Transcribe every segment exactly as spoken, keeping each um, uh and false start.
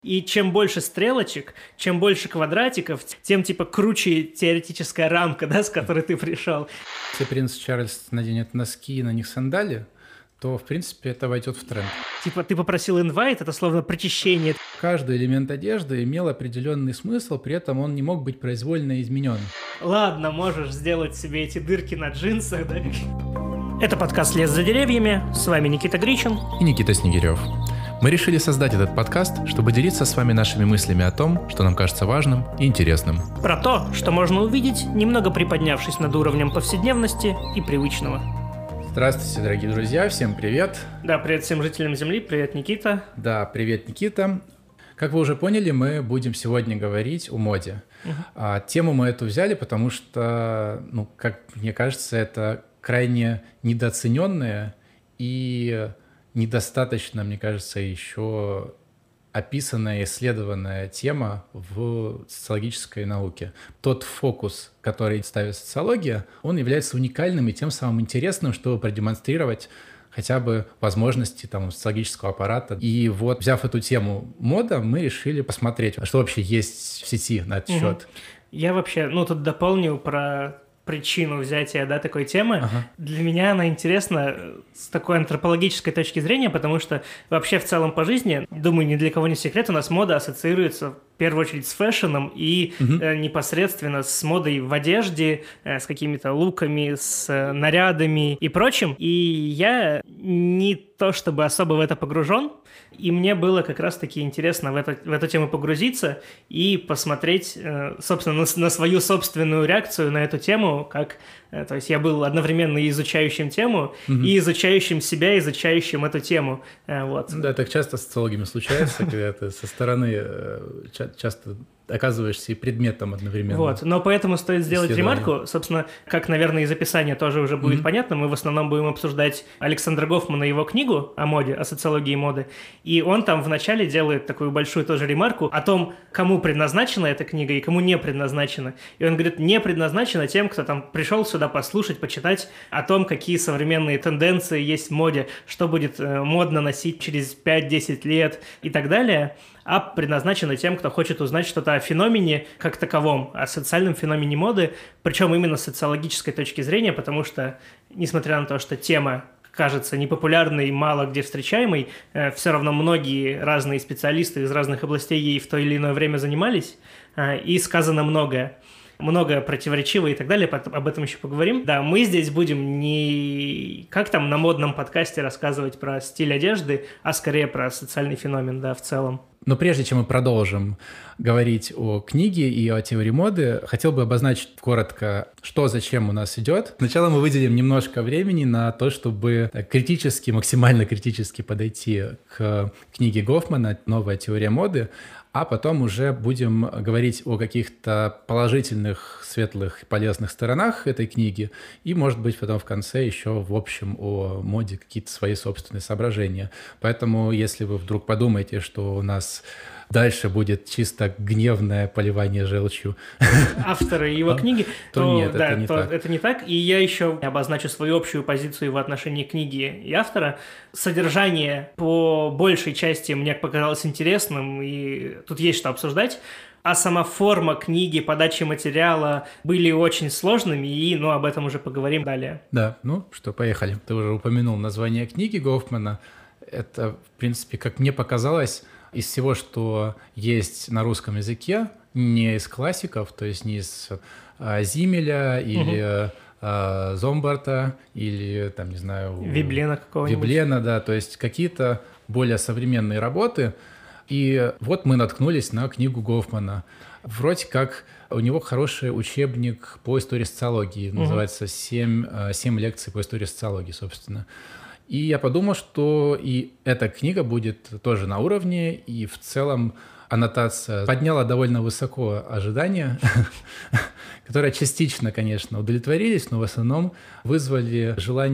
И чем больше стрелочек, чем больше квадратиков, тем типа круче теоретическая рамка, да, с которой ты пришел. Если принц Чарльз наденет носки и на них сандали, то, в принципе, это войдет в тренд. Типа ты попросил инвайт, это словно причащение. Каждый элемент одежды имел определенный смысл, при этом он не мог быть произвольно изменен. Ладно, можешь сделать себе эти дырки на джинсах, да? Это подкаст «Лес за деревьями». С вами Никита Гричин и Никита Снегирев. Мы решили создать этот подкаст, чтобы делиться с вами нашими мыслями о том, что нам кажется важным и интересным. Про то, что можно увидеть, немного приподнявшись над уровнем повседневности и привычного. Здравствуйте, дорогие друзья, всем привет. Да, привет всем жителям Земли, привет, Никита. Да, привет, Никита. Как вы уже поняли, мы будем сегодня говорить о моде. Угу. А, тему мы эту взяли, потому что, ну, как мне кажется, это крайне недооцененная и недостаточно, мне кажется, еще описанная, исследованная тема в социологической науке. Тот фокус, который ставит социология, он является уникальным и тем самым интересным, чтобы продемонстрировать хотя бы возможности там, социологического аппарата. И вот, взяв эту тему мода, мы решили посмотреть, что вообще есть в сети на этот угу. счет. Я вообще, ну, тут дополню про причину взятия, да, такой темы. Ага. Для меня она интересна с такой антропологической точки зрения, потому что вообще в целом по жизни, думаю, ни для кого не секрет, у нас мода ассоциируется в первую очередь с фэшном и угу. э, непосредственно с модой в одежде, э, с какими-то луками, с э, нарядами и прочим. И я не то чтобы особо в это погружен, и мне было как раз-таки интересно в, это, в эту тему погрузиться и посмотреть, э, собственно, на, на свою собственную реакцию на эту тему, как, э, то есть я был одновременно и изучающим тему, угу. и изучающим себя, изучающим эту тему. Э, вот. Да, так часто с социологами случается, когда ты со стороны часто оказываешься и предметом одновременно. Вот, но поэтому стоит сделать ремарку, собственно, как, наверное, из описания тоже уже будет mm-hmm. понятно, мы в основном будем обсуждать Александра Гофмана, его книгу о моде, о социологии моды, и он там вначале делает такую большую тоже ремарку о том, кому предназначена эта книга и кому не предназначена. И он говорит, не предназначена тем, кто там пришел сюда послушать, почитать о том, какие современные тенденции есть в моде, что будет э, модно носить через пять-десять лет и так далее, а предназначена тем, кто хочет узнать что-то о феномене как таковом, о социальном феномене моды, причем именно с социологической точки зрения, потому что, несмотря на то, что тема кажется непопулярной и мало где встречаемой, э, все равно многие разные специалисты из разных областей ей в то или иное время занимались, э, и сказано многое. Много противоречиво и так далее, об этом еще поговорим. Да, мы здесь будем не как там на модном подкасте рассказывать про стиль одежды, а скорее про социальный феномен, да, в целом. Но прежде чем мы продолжим говорить о книге и о теории моды, хотел бы обозначить коротко, что зачем у нас идет. Сначала мы выделим немножко времени на то, чтобы критически, максимально критически подойти к книге Гофмана «Новая теория моды», а потом уже будем говорить о каких-то положительных, светлых и полезных сторонах этой книги, и, может быть, потом в конце еще в общем о моде какие-то свои собственные соображения. Поэтому, если вы вдруг подумаете, что у нас дальше будет чисто гневное поливание желчью автора его книги, то, то нет, да, это не то так. Это не так. И я еще обозначу свою общую позицию в отношении книги и автора. Содержание по большей части мне показалось интересным, и тут есть что обсуждать. А сама форма книги, подачи материала были очень сложными, и ну, об этом уже поговорим далее. Да, ну что, поехали. Ты уже упомянул название книги Гофмана. Это, в принципе, как мне показалось, из всего, что есть на русском языке, не из классиков, то есть не из а, Зимеля или угу. а, Зомбарта или, там, не знаю... Веблена какого-нибудь. Веблена, да, то есть какие-то более современные работы. И вот мы наткнулись на книгу Гофмана. Вроде как у него хороший учебник по истории социологии, угу. называется «Семь, «Семь лекций по истории социологии», собственно. И я подумал, что и эта книга будет тоже на уровне, и в целом аннотация подняла довольно высоко ожидания, которые частично, конечно, удовлетворились, но в основном вызвали желание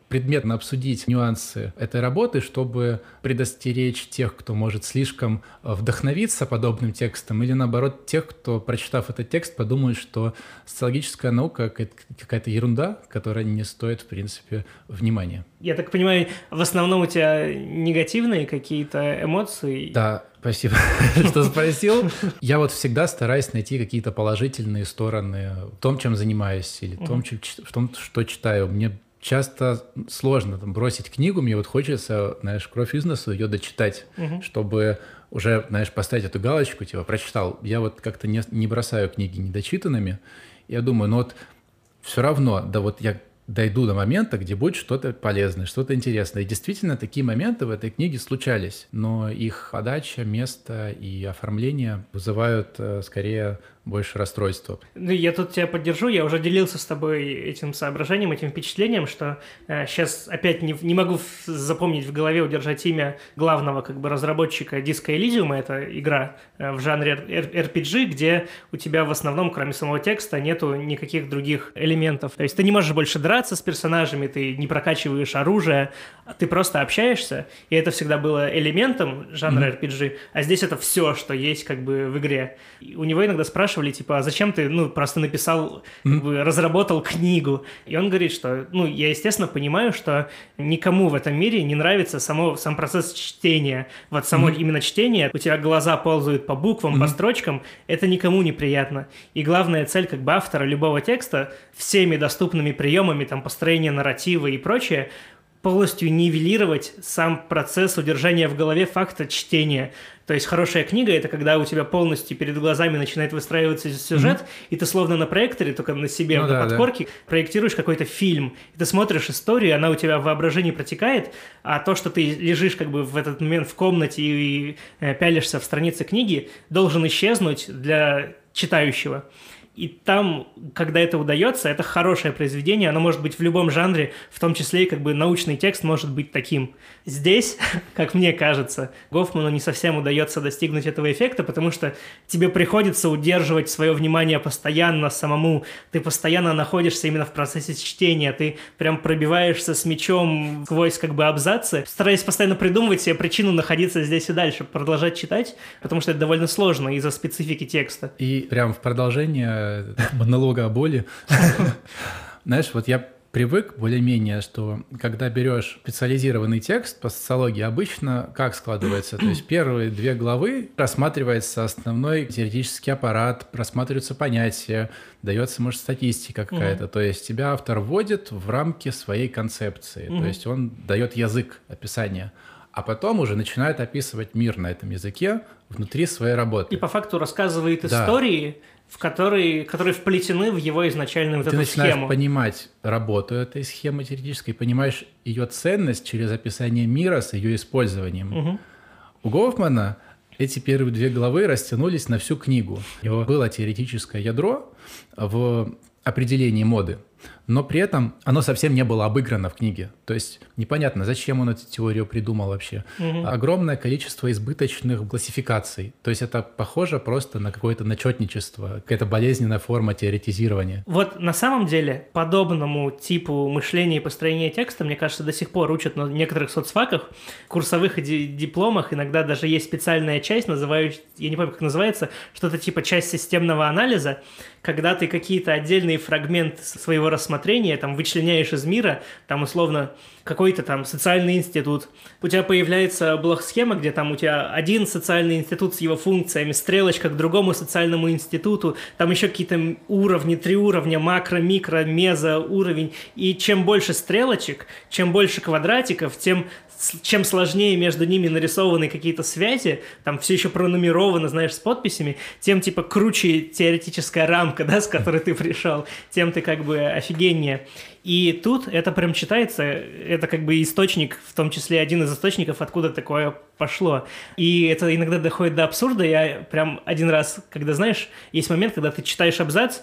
предметно обсудить нюансы этой работы, чтобы предостеречь тех, кто может слишком вдохновиться подобным текстом, или наоборот, тех, кто, прочитав этот текст, подумает, что социологическая наука — какая-то ерунда, которая не стоит, в принципе, внимания. Я так понимаю, в основном у тебя негативные какие-то эмоции? Да, спасибо, что спросил. Я вот всегда стараюсь найти какие-то положительные стороны в том, чем занимаюсь, или в том, в том, что читаю. Мне часто сложно там, бросить книгу, мне вот хочется, знаешь, кровь из носу ее дочитать, uh-huh. чтобы уже, знаешь, поставить эту галочку, типа, прочитал. Я вот как-то не, не бросаю книги недочитанными. Я думаю, ну вот все равно, да вот я дойду до момента, где будет что-то полезное, что-то интересное. И действительно, такие моменты в этой книге случались, но их подача, место и оформление вызывают э, скорее больше расстройства. Ну, я тут тебя поддержу, я уже делился с тобой этим соображением, этим впечатлением, что э, сейчас опять не, не могу в, запомнить в голове, удержать имя главного как бы разработчика Disco Elysium, это игра э, в жанре эр пи джи, где у тебя в основном, кроме самого текста, нету никаких других элементов. То есть ты не можешь больше драться с персонажами, ты не прокачиваешь оружие, ты просто общаешься, и это всегда было элементом жанра mm-hmm. эр пи джи, а здесь это все, что есть как бы в игре. И у него иногда спрашивают, типа, а зачем ты, ну, просто написал, как бы, разработал книгу? И он говорит, что, ну, я, естественно, понимаю, что никому в этом мире не нравится само, сам процесс чтения. Вот само mm-hmm. именно чтение, у тебя глаза ползают по буквам, mm-hmm. по строчкам, это никому неприятно. И главная цель, как бы, автора любого текста всеми доступными приемами, там, построения нарратива и прочее, полностью нивелировать сам процесс удержания в голове факта чтения. То есть хорошая книга — это когда у тебя полностью перед глазами начинает выстраиваться сюжет, mm-hmm. и ты словно на проекторе, только на себе, ну, на да, подкорке, да. проектируешь какой-то фильм. И ты смотришь историю, она у тебя в воображении протекает, а то, что ты лежишь как бы в этот момент в комнате и, и э, пялишься в страницы книги, должен исчезнуть для читающего. И там, когда это удается, это хорошее произведение, оно может быть в любом жанре, в том числе и как бы научный текст может быть таким. Здесь, как мне кажется, Гофману не совсем удается достигнуть этого эффекта, потому что тебе приходится удерживать свое внимание постоянно самому, ты постоянно находишься именно в процессе чтения, ты прям пробиваешься с мечом сквозь как бы абзацы, стараясь постоянно придумывать себе причину находиться здесь и дальше, продолжать читать, потому что это довольно сложно из-за специфики текста. И прям в продолжение монолога о боли. Знаешь, вот я привык более-менее, что когда берешь специализированный текст по социологии, обычно как складывается? То есть первые две главы рассматривается основной теоретический аппарат, рассматриваются понятия, дается, может, статистика какая-то. Mm-hmm. То есть тебя автор вводит в рамки своей концепции. Mm-hmm. То есть он дает язык описания. А потом уже начинает описывать мир на этом языке внутри своей работы. И по факту рассказывает да. истории, в которые, которые вплетены в его изначальную вот эту схему. Ты начинаешь понимать работу этой схемы теоретической, понимаешь ее ценность через описание мира с ее использованием. Угу. У Гофмана эти первые две главы растянулись на всю книгу. У него было теоретическое ядро в определении моды, но при этом оно совсем не было обыграно в книге. То есть непонятно, зачем он эту теорию придумал вообще. Угу. Огромное количество избыточных классификаций. То есть это похоже просто на какое-то начетничество, какая-то болезненная форма теоретизирования. Вот на самом деле подобному типу мышления и построения текста, мне кажется, до сих пор учат на некоторых соцфаках, курсовых и дипломах. Иногда даже есть специальная часть, называющая, я не помню, как называется, что-то типа часть системного анализа, когда ты какие-то отдельные фрагменты своего рассмотрения там вычленяешь из мира, там условно какой-то там социальный институт. У тебя появляется блок-схема, где там у тебя один социальный институт с его функциями, стрелочка к другому социальному институту, там еще какие-то уровни, три уровня, макро, микро, мезо, уровень. И чем больше стрелочек, чем больше квадратиков, тем чем сложнее между ними нарисованы какие-то связи, там все еще пронумеровано, знаешь, с подписями, тем, типа, круче теоретическая рамка, да, с которой ты пришел, тем ты, как бы, офигеннее. И тут это прям читается, это, как бы, источник, в том числе один из источников, откуда такое пошло. И это иногда доходит до абсурда. Я прям один раз, когда, знаешь, есть момент, когда ты читаешь абзац,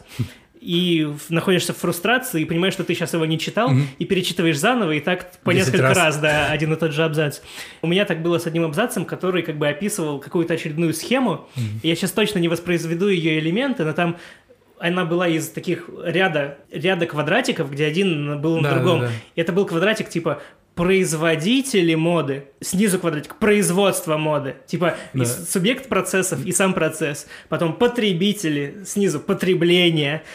и находишься в фрустрации, и понимаешь, что ты сейчас его не читал, mm-hmm. и перечитываешь заново, и так по несколько раз, раз да, один и тот же абзац. У меня так было с одним абзацем, который как бы описывал какую-то очередную схему, mm-hmm. и я сейчас точно не воспроизведу ее элементы, но там она была из таких ряда, ряда квадратиков, где один был на да, другом. Да, да. И это был квадратик типа производители моды, снизу квадратик, производство моды, типа да. и субъект процессов и сам процесс, потом потребители, снизу потребление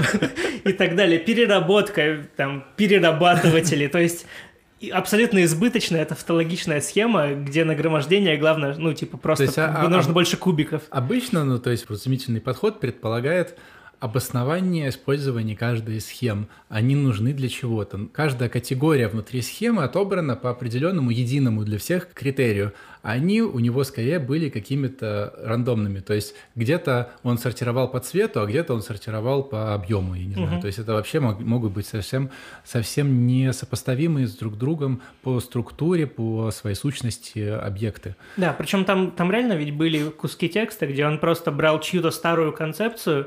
и так далее, переработка, там, перерабатыватели, то есть абсолютно избыточная тавтологичная схема, где нагромождение, главное, ну, типа, просто есть, а, нужно а, больше кубиков. Обычно, ну, то есть, разумительный подход предполагает обоснование использования каждой из схем. Они нужны для чего-то. Каждая категория внутри схемы отобрана по определенному единому для всех критерию. Они у него скорее были какими-то рандомными. То есть где-то он сортировал по цвету, а где-то он сортировал по объему, я не знаю. Uh-huh. То есть это вообще мог, могут быть совсем, совсем несопоставимые с друг другом по структуре, по своей сущности объекты. Да, причем там, там реально ведь были куски текста, где он просто брал чью-то старую концепцию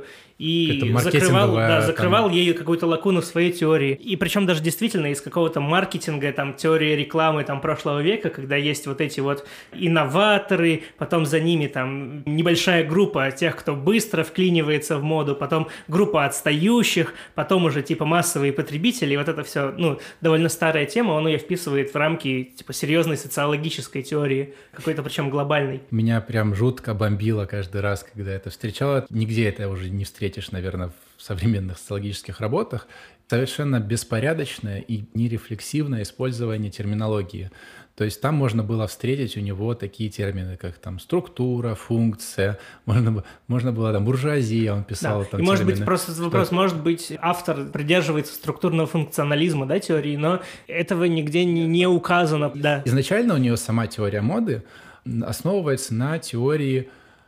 и закрывал, да, закрывал там... ею какую-то лакуну в своей теории. И причем даже действительно из какого-то маркетинга, там, теории рекламы там, прошлого века, когда есть вот эти вот инноваторы, потом за ними там небольшая группа тех, кто быстро вклинивается в моду, потом группа отстающих, потом уже типа массовые потребители. И вот это все, ну, довольно старая тема, он ее вписывает в рамки типа серьезной социологической теории, какой-то причем глобальной. Меня прям жутко бомбило каждый раз, когда это встречала. Нигде это уже не встретишь, наверное, в современных социологических работах. Совершенно беспорядочное и нерефлексивное использование терминологии. То есть там можно было встретить у него такие термины, как там структура, функция, можно, можно было там буржуазия, он писал да. там и может термины, быть просто что... вопрос, может быть автор придерживается структурного функционализма, да, теории, но этого нигде не, не указано. Да. Изначально у нее сама теория моды основывается на теории...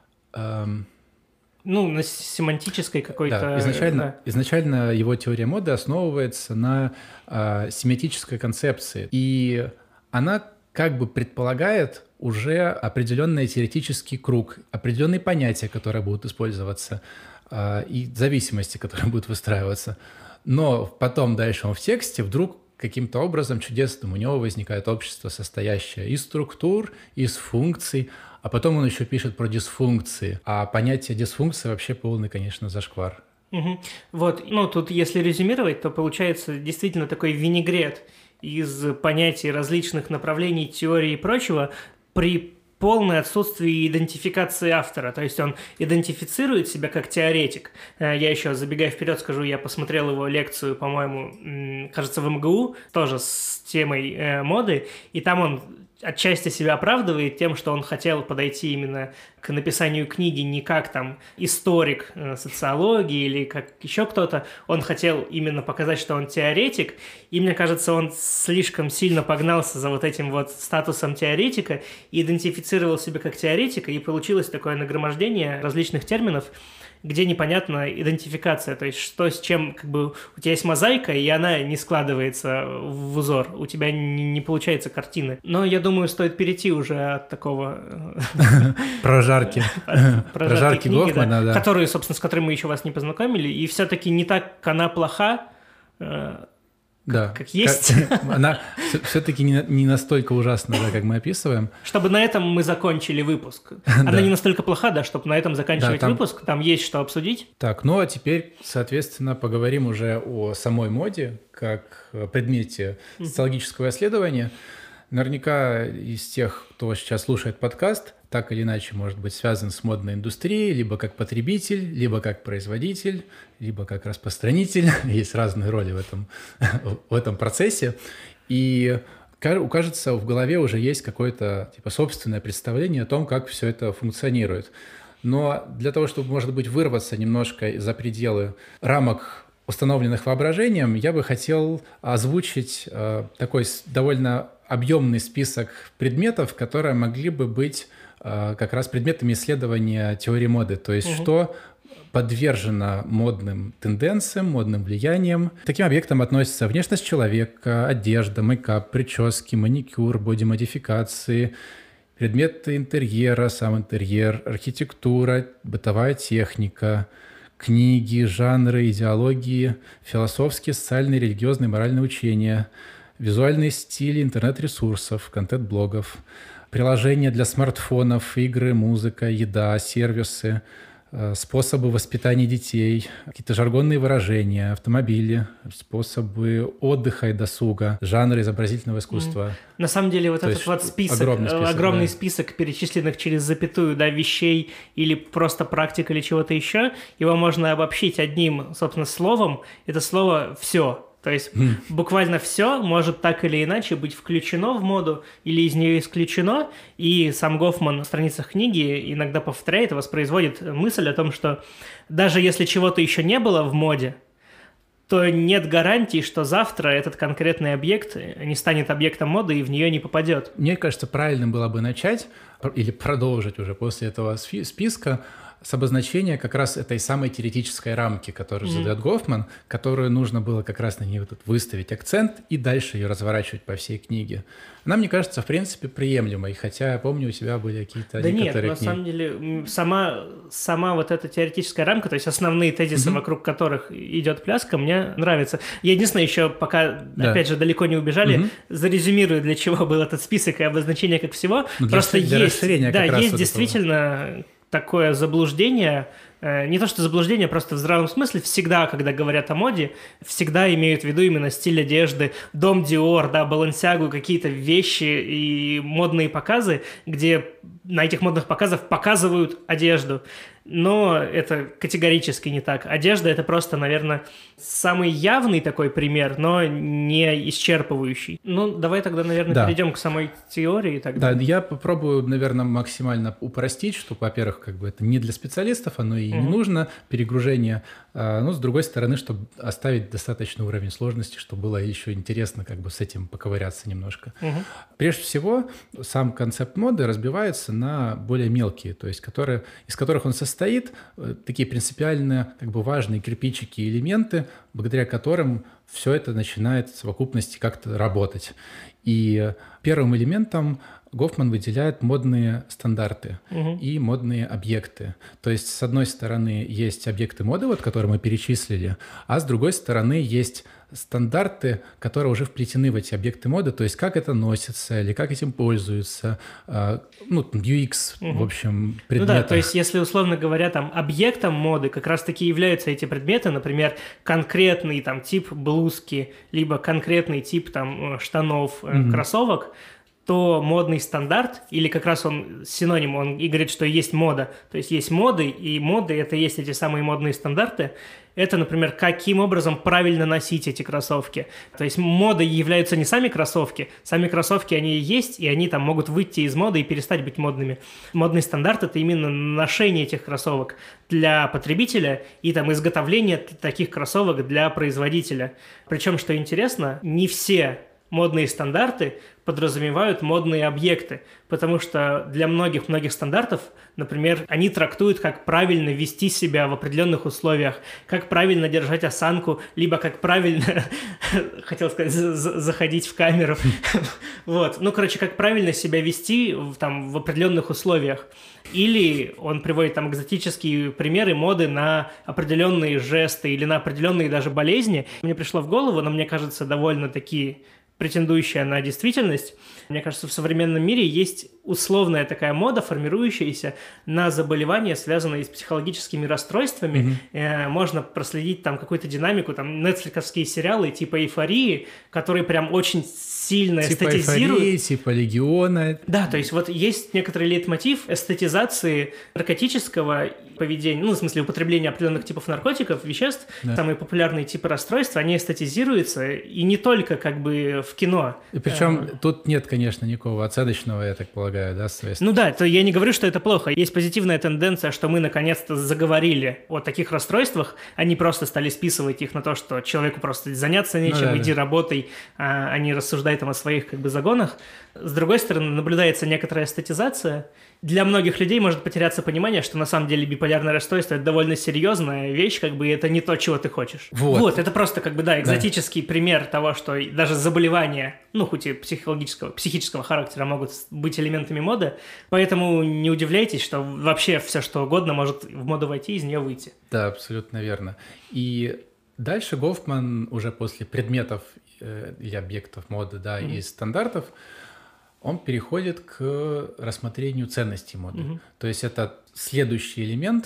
Эм... Ну, на семантической какой-то... Да, изначально, да. изначально его теория моды основывается на э, семантической концепции, и она как бы предполагает уже определенный теоретический круг, определенные понятия, которые будут использоваться, э, и зависимости, которые будут выстраиваться. Но потом дальше он в тексте вдруг каким-то образом чудесным у него возникает общество, состоящее из структур, из функций, а потом он еще пишет про дисфункции. А понятие дисфункции вообще полный, конечно, зашквар. Угу. Вот, ну тут если резюмировать, то получается действительно такой винегрет из понятий различных направлений, теории и прочего при полное отсутствие идентификации автора. То есть он идентифицирует себя как теоретик. Я еще, забегая вперед, скажу, я посмотрел его лекцию, по-моему, кажется, в эм гэ у, тоже с темой э, моды, и там он отчасти себя оправдывает тем, что он хотел подойти именно к написанию книги не как там историк социологии или как еще кто-то. Он хотел именно показать, что он теоретик, и мне кажется, он слишком сильно погнался за вот этим вот статусом теоретика и идентифицировал себя как теоретика, и получилось такое нагромождение различных терминов, где непонятна идентификация, то есть что с чем, как бы, у тебя есть мозаика, и она не складывается в узор, у тебя не, не получается картины. Но я думаю, стоит перейти уже от такого... Прожарки. Прожарки Гофмана, да. Которые, собственно, с которыми мы еще вас не познакомили, и все-таки не так она плоха, Да, как есть. Как, она все-таки не, не настолько ужасна, да, как мы описываем. Чтобы на этом мы закончили выпуск. Она да. не настолько плоха, да, чтобы на этом заканчивать да, там... выпуск. Там есть что обсудить. Так, ну а теперь, соответственно, поговорим уже о самой моде, как предмете социологического исследования. Наверняка из тех, кто сейчас слушает подкаст, так или иначе может быть связан с модной индустрией, либо как потребитель, либо как производитель, либо как распространитель. Есть разные роли в этом, в этом процессе. И у кажется, в голове уже есть какое-то типа собственное представление о том, как все это функционирует. Но для того, чтобы, может быть, вырваться немножко за пределы рамок, установленных воображением, я бы хотел озвучить э, такой довольно объемный список предметов, которые могли бы быть э, как раз предметами исследования теории моды. То есть, угу. что подвержено модным тенденциям, модным влияниям. К таким объектам относятся внешность человека, одежда, мейкап, прически, маникюр, бодимодификации, предметы интерьера, сам интерьер, архитектура, бытовая техника, книги, жанры, идеологии, философские, социальные, религиозные, моральные учения, визуальные стили интернет-ресурсов, контент-блогов, приложения для смартфонов, игры, музыка, еда, сервисы, способы воспитания детей, какие-то жаргонные выражения, автомобили, способы отдыха и досуга, жанры изобразительного искусства. Mm. На самом деле вот То этот вот список, огромный список, огромный да. список перечисленных через запятую, да, вещей или просто практик или чего-то еще, его можно обобщить одним, собственно, словом. Это слово «все». То есть mm. буквально все может так или иначе быть включено в моду или из нее исключено, и сам Гофман на страницах книги иногда повторяет и воспроизводит мысль о том, что даже если чего-то еще не было в моде, то нет гарантии, что завтра этот конкретный объект не станет объектом моды и в нее не попадет. Мне кажется, правильным было бы начать или продолжить уже после этого списка с обозначения как раз этой самой теоретической рамки, которую mm-hmm. задает Гофман, которую нужно было как раз на нее тут выставить акцент и дальше ее разворачивать по всей книге. Она, мне кажется, в принципе, приемлемой, хотя я помню, у тебя были какие-то да некоторые нет, книги. На самом деле, сама, сама вот эта теоретическая рамка, то есть основные тезисы, mm-hmm. вокруг которых идет пляска, мне нравится. Я единственное, еще пока, да. опять же, далеко не убежали, mm-hmm. зарезюмирую, для чего был этот список и обозначение как всего. Ну, Просто для есть, да, есть вот действительно... такое заблуждение, не то что заблуждение, просто в здравом смысле, всегда, когда говорят о моде, всегда имеют в виду именно стиль одежды, дом Dior, да, Balenciaga, какие-то вещи и модные показы, где на этих модных показах показывают одежду. Но это категорически не так. Одежда – это просто, наверное, самый явный такой пример, но не исчерпывающий. Ну, давай тогда, наверное, да. перейдем к самой теории. Тогда. Да, я попробую, наверное, максимально упростить, что, во-первых, как бы это не для специалистов, оно и угу. не нужно, перегружение. Но, с другой стороны, чтобы оставить достаточный уровень сложности, чтобы было еще интересно как бы с этим поковыряться немножко. Угу. Прежде всего, сам концепт моды разбивается на более мелкие, то есть которые, из которых он состоит, стоит такие принципиально как бы важные кирпичики и элементы, благодаря которым все это начинает в совокупности как-то работать. И первым элементом Гофман выделяет модные стандарты угу. и модные объекты. То есть, с одной стороны, есть объекты моды, вот, которые мы перечислили, а с другой стороны, есть стандарты, которые уже вплетены в эти объекты моды, то есть как это носится или как этим пользуются, э, ну, ю экс, угу. в общем, предметы. Ну да, то есть если, условно говоря, там, объектом моды как раз-таки являются эти предметы, например, конкретный там тип блузки, либо конкретный тип там штанов, угу. кроссовок, то модный стандарт, или как раз он синоним, он и говорит, что есть мода, то есть есть моды, и моды – это есть эти самые модные стандарты. Это, например, каким образом правильно носить эти кроссовки. То есть модой являются не сами кроссовки, сами кроссовки, они и есть, и они там могут выйти из моды и перестать быть модными. Модный стандарт – это именно ношение этих кроссовок для потребителя и там изготовление таких кроссовок для производителя. Причем, что интересно, не все модные стандарты подразумевают модные объекты, потому что для многих-многих стандартов, например, они трактуют, как правильно вести себя в определенных условиях, как правильно держать осанку, либо как правильно, хотел сказать, заходить в камеру. Вот. Ну, короче, как правильно себя вести там, в определенных условиях. Или он приводит там экзотические примеры моды на определенные жесты или на определенные даже болезни. Мне пришло в голову, но мне кажется, довольно такие претендующая на действительность. Мне кажется, в современном мире есть условная такая мода, формирующаяся на заболевания, связанные с психологическими расстройствами. Mm-hmm. Можно проследить там какую-то динамику, там нетфликсовские сериалы типа «Эйфории», которые прям очень сильно типа эстетизируют. Эйфории, типа «Легиона». Да, то есть вот есть некоторый лейтмотив эстетизации наркотического поведения, ну, в смысле употребления определенных типов наркотиков, веществ. Да. Самые популярные типы расстройства, они эстетизируются, и не только как бы в кино. И причем а, тут нет, конечно, никакого оценочного, я так полагаю, да, соответственно. Ну да, то я не говорю, что это плохо. Есть позитивная тенденция, что мы наконец-то заговорили о таких расстройствах, они просто стали списывать их на то, что человеку просто заняться нечем, ну, да, иди да. работай, а, а не рассуждай там о своих как бы загонах. С другой стороны, наблюдается некоторая эстетизация. Для многих людей может потеряться понимание, что на самом деле биполярное расстройство – это довольно серьезная вещь, как бы это не то, чего ты хочешь. Вот, вот это просто как бы, да, экзотический да. пример того, что даже заболевания, ну, хоть и психологического, психического характера могут быть элементами моды, поэтому не удивляйтесь, что вообще все, что угодно может в моду войти и из нее выйти. Да, абсолютно верно. И дальше Гофман уже после предметов э, или объектов моды, да, mm-hmm. и стандартов, он переходит к рассмотрению ценностей моды. Угу. То есть это следующий элемент,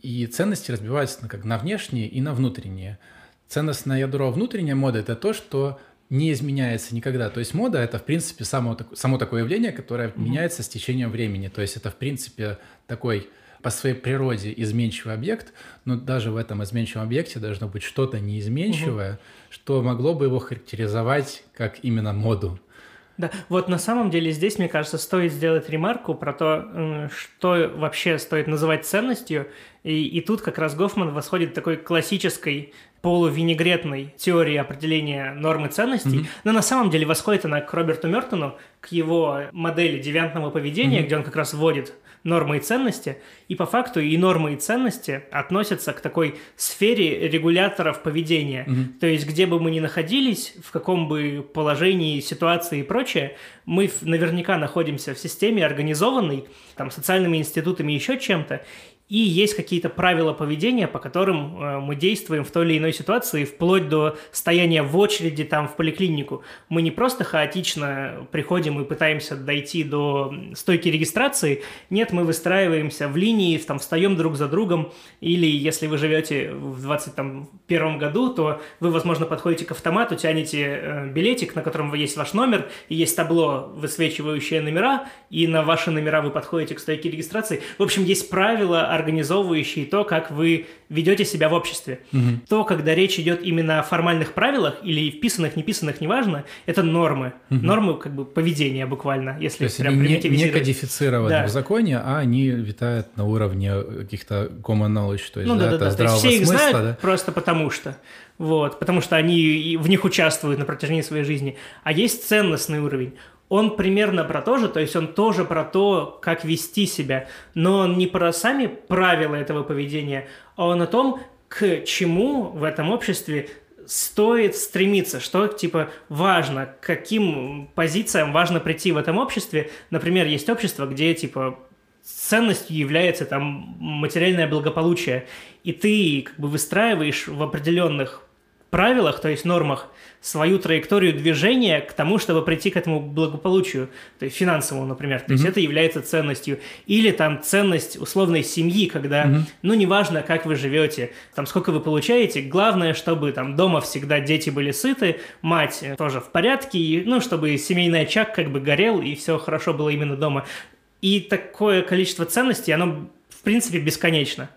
И ценности разбиваются на, как на внешние и на внутренние. Ценностное ядро внутренней моды – это то, что не изменяется никогда. То есть мода – это, в принципе, само, само такое явление, которое mm-hmm. меняется с течением времени. То есть это, в принципе, такой по своей природе изменчивый объект, но даже в этом изменчивом объекте должно быть что-то неизменчивое, mm-hmm. что могло бы его характеризовать как именно моду. Да, вот на самом деле здесь, мне кажется, стоит сделать ремарку про то, что вообще стоит называть ценностью, и, и тут как раз Гофман восходит к такой классической полувинегретной теории определения нормы ценностей, mm-hmm. но на самом деле восходит она к Роберту Мёртону, к его модели девиантного поведения, mm-hmm. где он как раз вводит нормы и ценности, и по факту и нормы, и ценности относятся к такой сфере регуляторов поведения. Mm-hmm. То есть, где бы мы ни находились, в каком бы положении, ситуации и прочее, мы наверняка находимся в системе организованной, там, социальными институтами, еще чем-то, и есть какие-то правила поведения, по которым э, мы действуем в той или иной ситуации, вплоть до стояния в очереди там в поликлинику. Мы не просто хаотично приходим и пытаемся дойти до стойки регистрации. Нет, мы выстраиваемся в линии, там, встаем друг за другом. Или если вы живете в двадцать первом году, то вы, возможно, подходите к автомату, тянете э, билетик, на котором есть ваш номер, и есть табло, высвечивающее номера, и на ваши номера вы подходите к стойке регистрации. В общем, есть правила, организовывающие то, как вы ведете себя в обществе. Угу. То, когда речь идет именно о формальных правилах или вписанных, неписанных, неважно, это нормы. Угу. Нормы как бы поведения буквально, если то есть прям они примитивизировать. Не кодифицированы да. в законе, а они витают на уровне каких-то common knowledge, то есть, ну, да, да, это да, здравого все их смысла. Знают да? просто потому что. Вот, потому что они в них участвуют на протяжении своей жизни. А есть ценностный уровень. Он примерно про то же, то есть он тоже про то, как вести себя, но он не про сами правила этого поведения, а он о том, к чему в этом обществе стоит стремиться, что, типа, важно, к каким позициям важно прийти в этом обществе. Например, есть общество, где, типа, ценностью является там материальное благополучие, и ты как бы выстраиваешь в определенных правилах, то есть нормах, свою траекторию движения к тому, чтобы прийти к этому благополучию, то есть финансовому, например. То mm-hmm. есть это является ценностью. Или там ценность условной семьи, когда, mm-hmm. ну, неважно, как вы живете, там, сколько вы получаете, главное, чтобы там дома всегда дети были сыты, мать тоже в порядке, и, ну, чтобы семейный очаг как бы горел, и все хорошо было именно дома. И такое количество ценностей, оно, в принципе, бесконечно.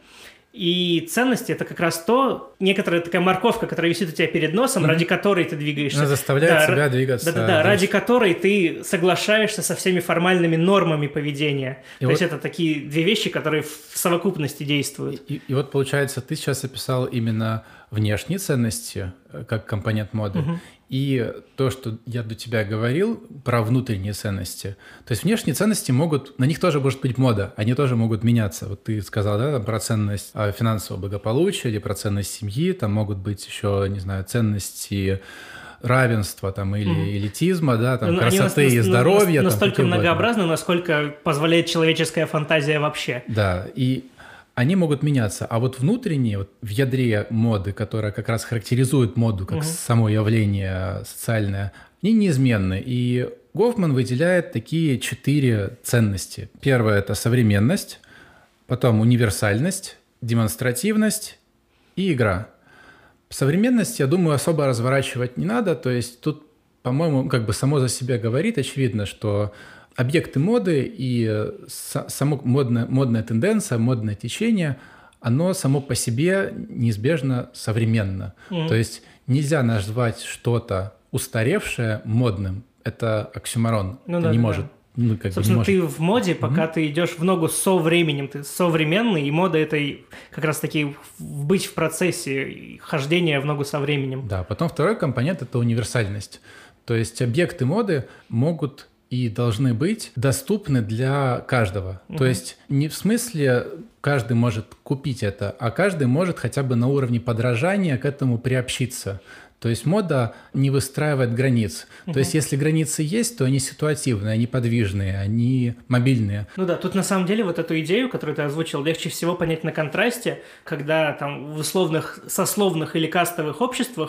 И ценности – это как раз то, некоторая такая морковка, которая висит у тебя перед носом, mm-hmm. ради которой ты двигаешься. Она заставляет да, тебя р... двигаться. Да-да-да, ради которой ты соглашаешься со всеми формальными нормами поведения. И то вот... есть это такие две вещи, которые в совокупности действуют. И, и, и вот получается, ты сейчас описал именно внешние ценности как компонент моды, угу. и то, что я до тебя говорил про внутренние ценности. То есть внешние ценности могут, на них тоже может быть мода, они тоже могут меняться. Вот ты сказал, да, там, про ценность финансового благополучия или про ценность семьи, там могут быть еще, не знаю, ценности равенства там, или mm. элитизма, да, там, ну, красоты нас, и здоровья. Настолько там, многообразны, насколько позволяет человеческая фантазия вообще. Да, и они могут меняться. А вот внутренние, вот в ядре моды, которая как раз характеризует моду как угу. само явление социальное, они неизменны. И Гофман выделяет такие четыре ценности. Первое – это современность, потом универсальность, демонстративность и игра. Современность, я думаю, особо разворачивать не надо. То есть тут, по-моему, как бы само за себя говорит, очевидно, что объекты моды и само модная, модная тенденция, модное течение, оно само по себе неизбежно современно. Mm-hmm. То есть нельзя назвать что-то устаревшее модным. Это оксюморон. Ну, это да, не да, может. Да. Ну, как Собственно, бы не ты может. в моде, пока mm-hmm. ты идешь в ногу со временем, ты современный, и мода – это как раз-таки быть в процессе хождения в ногу со временем. Да, потом второй компонент – это универсальность. То есть объекты моды могут и должны быть доступны для каждого. Uh-huh. То есть не в смысле каждый может купить это, а каждый может хотя бы на уровне подражания к этому приобщиться. То есть мода не выстраивает границ. Uh-huh. То есть если границы есть, то они ситуативные, они подвижные, они мобильные. Ну да, тут на самом деле вот эту идею, которую ты озвучил, легче всего понять на контрасте, когда там в условных сословных или кастовых обществах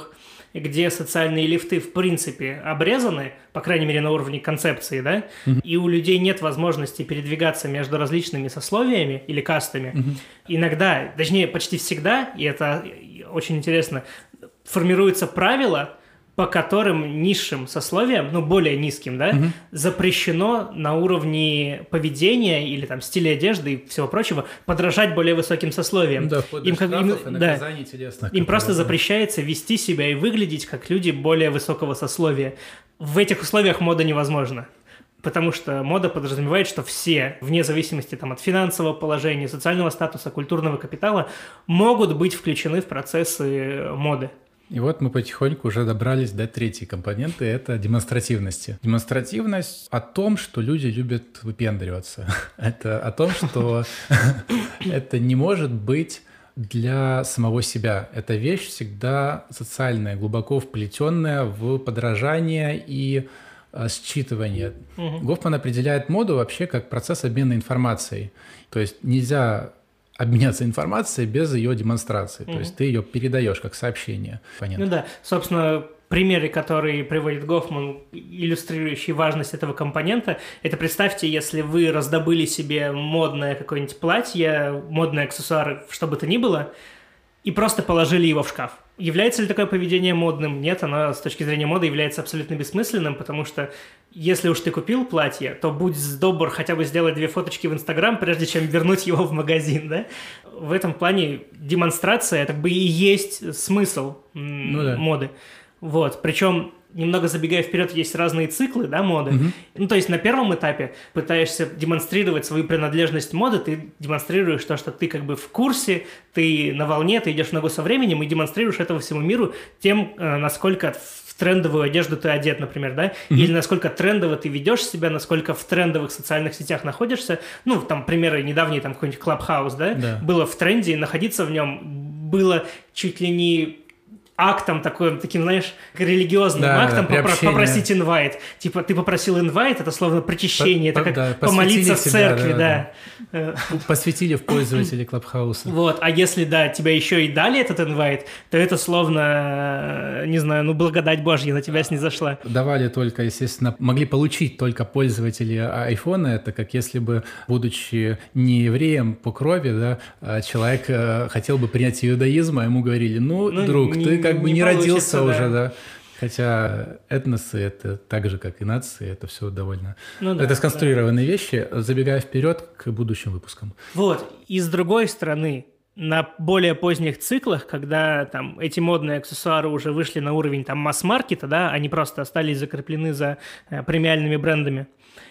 где социальные лифты в принципе обрезаны, по крайней мере на уровне концепции, да, mm-hmm. и у людей нет возможности передвигаться между различными сословиями или кастами, mm-hmm. иногда, точнее почти всегда, и это очень интересно, формируются правила, по которым низшим сословиям, ну, более низким, да, угу. запрещено на уровне поведения или там стиля одежды и всего прочего подражать более высоким сословиям. Да, вплоть до штрафов и наказаний телесных. Им просто запрещается вести себя и выглядеть как люди более высокого сословия. В этих условиях мода невозможна. Потому что мода подразумевает, что все, вне зависимости там, от финансового положения, социального статуса, культурного капитала, могут быть включены в процессы моды. И вот мы потихоньку уже добрались до третьей компоненты – это демонстративности. Демонстративность о том, что люди любят выпендриваться. Это о том, что это не может быть для самого себя. Эта вещь всегда социальная, глубоко вплетенная в подражание и считывание. Угу. Гофман определяет моду вообще как процесс обмена информацией. То есть нельзя обменяться информацией без ее демонстрации. Mm-hmm. То есть ты ее передаешь как сообщение. Понятно. Ну да, собственно, примеры, которые приводит Гофман, иллюстрирующие важность этого компонента, это представьте, если вы раздобыли себе модное какое-нибудь платье, модные аксессуары, что бы то ни было, и просто положили его в шкаф. Является ли такое поведение модным? Нет, оно с точки зрения моды является абсолютно бессмысленным, потому что если уж ты купил платье, то будь добр хотя бы сделать две фоточки в Инстаграм, прежде чем вернуть его в магазин, да? В этом плане демонстрация, это как бы и есть смысл ну, да. моды. Вот, причем... Немного забегая вперед, есть разные циклы, да, моды. Mm-hmm. Ну, то есть на первом этапе пытаешься демонстрировать свою принадлежность моды, ты демонстрируешь то, что ты как бы в курсе, ты на волне, ты идешь в ногу со временем и демонстрируешь этого всему миру тем, насколько в трендовую одежду ты одет, например, да, mm-hmm. или насколько трендово ты ведешь себя, насколько в трендовых социальных сетях находишься. Ну, там примеры недавние, там какой-нибудь Clubhouse, да, да. было в тренде, находиться в нем было чуть ли не... актом таким, таким, знаешь, религиозным да, актом да, попро- попросить инвайт. Типа, ты попросил инвайт, это словно причащение, по, это как да, помолиться в церкви, да. да. да. Посвятили в пользователей Клабхауса. Вот, а если, да, тебя еще и дали этот инвайт, то это словно, не знаю, ну, благодать Божья на тебя снизошла. Давали только, естественно, могли получить только пользователи айфона, это как если бы, будучи не евреем по крови, да, человек хотел бы принять иудаизм, а ему говорили, ну, ну друг, не, ты как как бы не, не родился уже, да. да. Хотя этносы — это так же, как и нации, это все довольно... Ну, да, это сконструированные да. вещи, забегая вперед к будущим выпускам. Вот, и с другой стороны, на более поздних циклах, когда там эти модные аксессуары уже вышли на уровень там масс-маркета, да, они просто остались закреплены за э, премиальными брендами,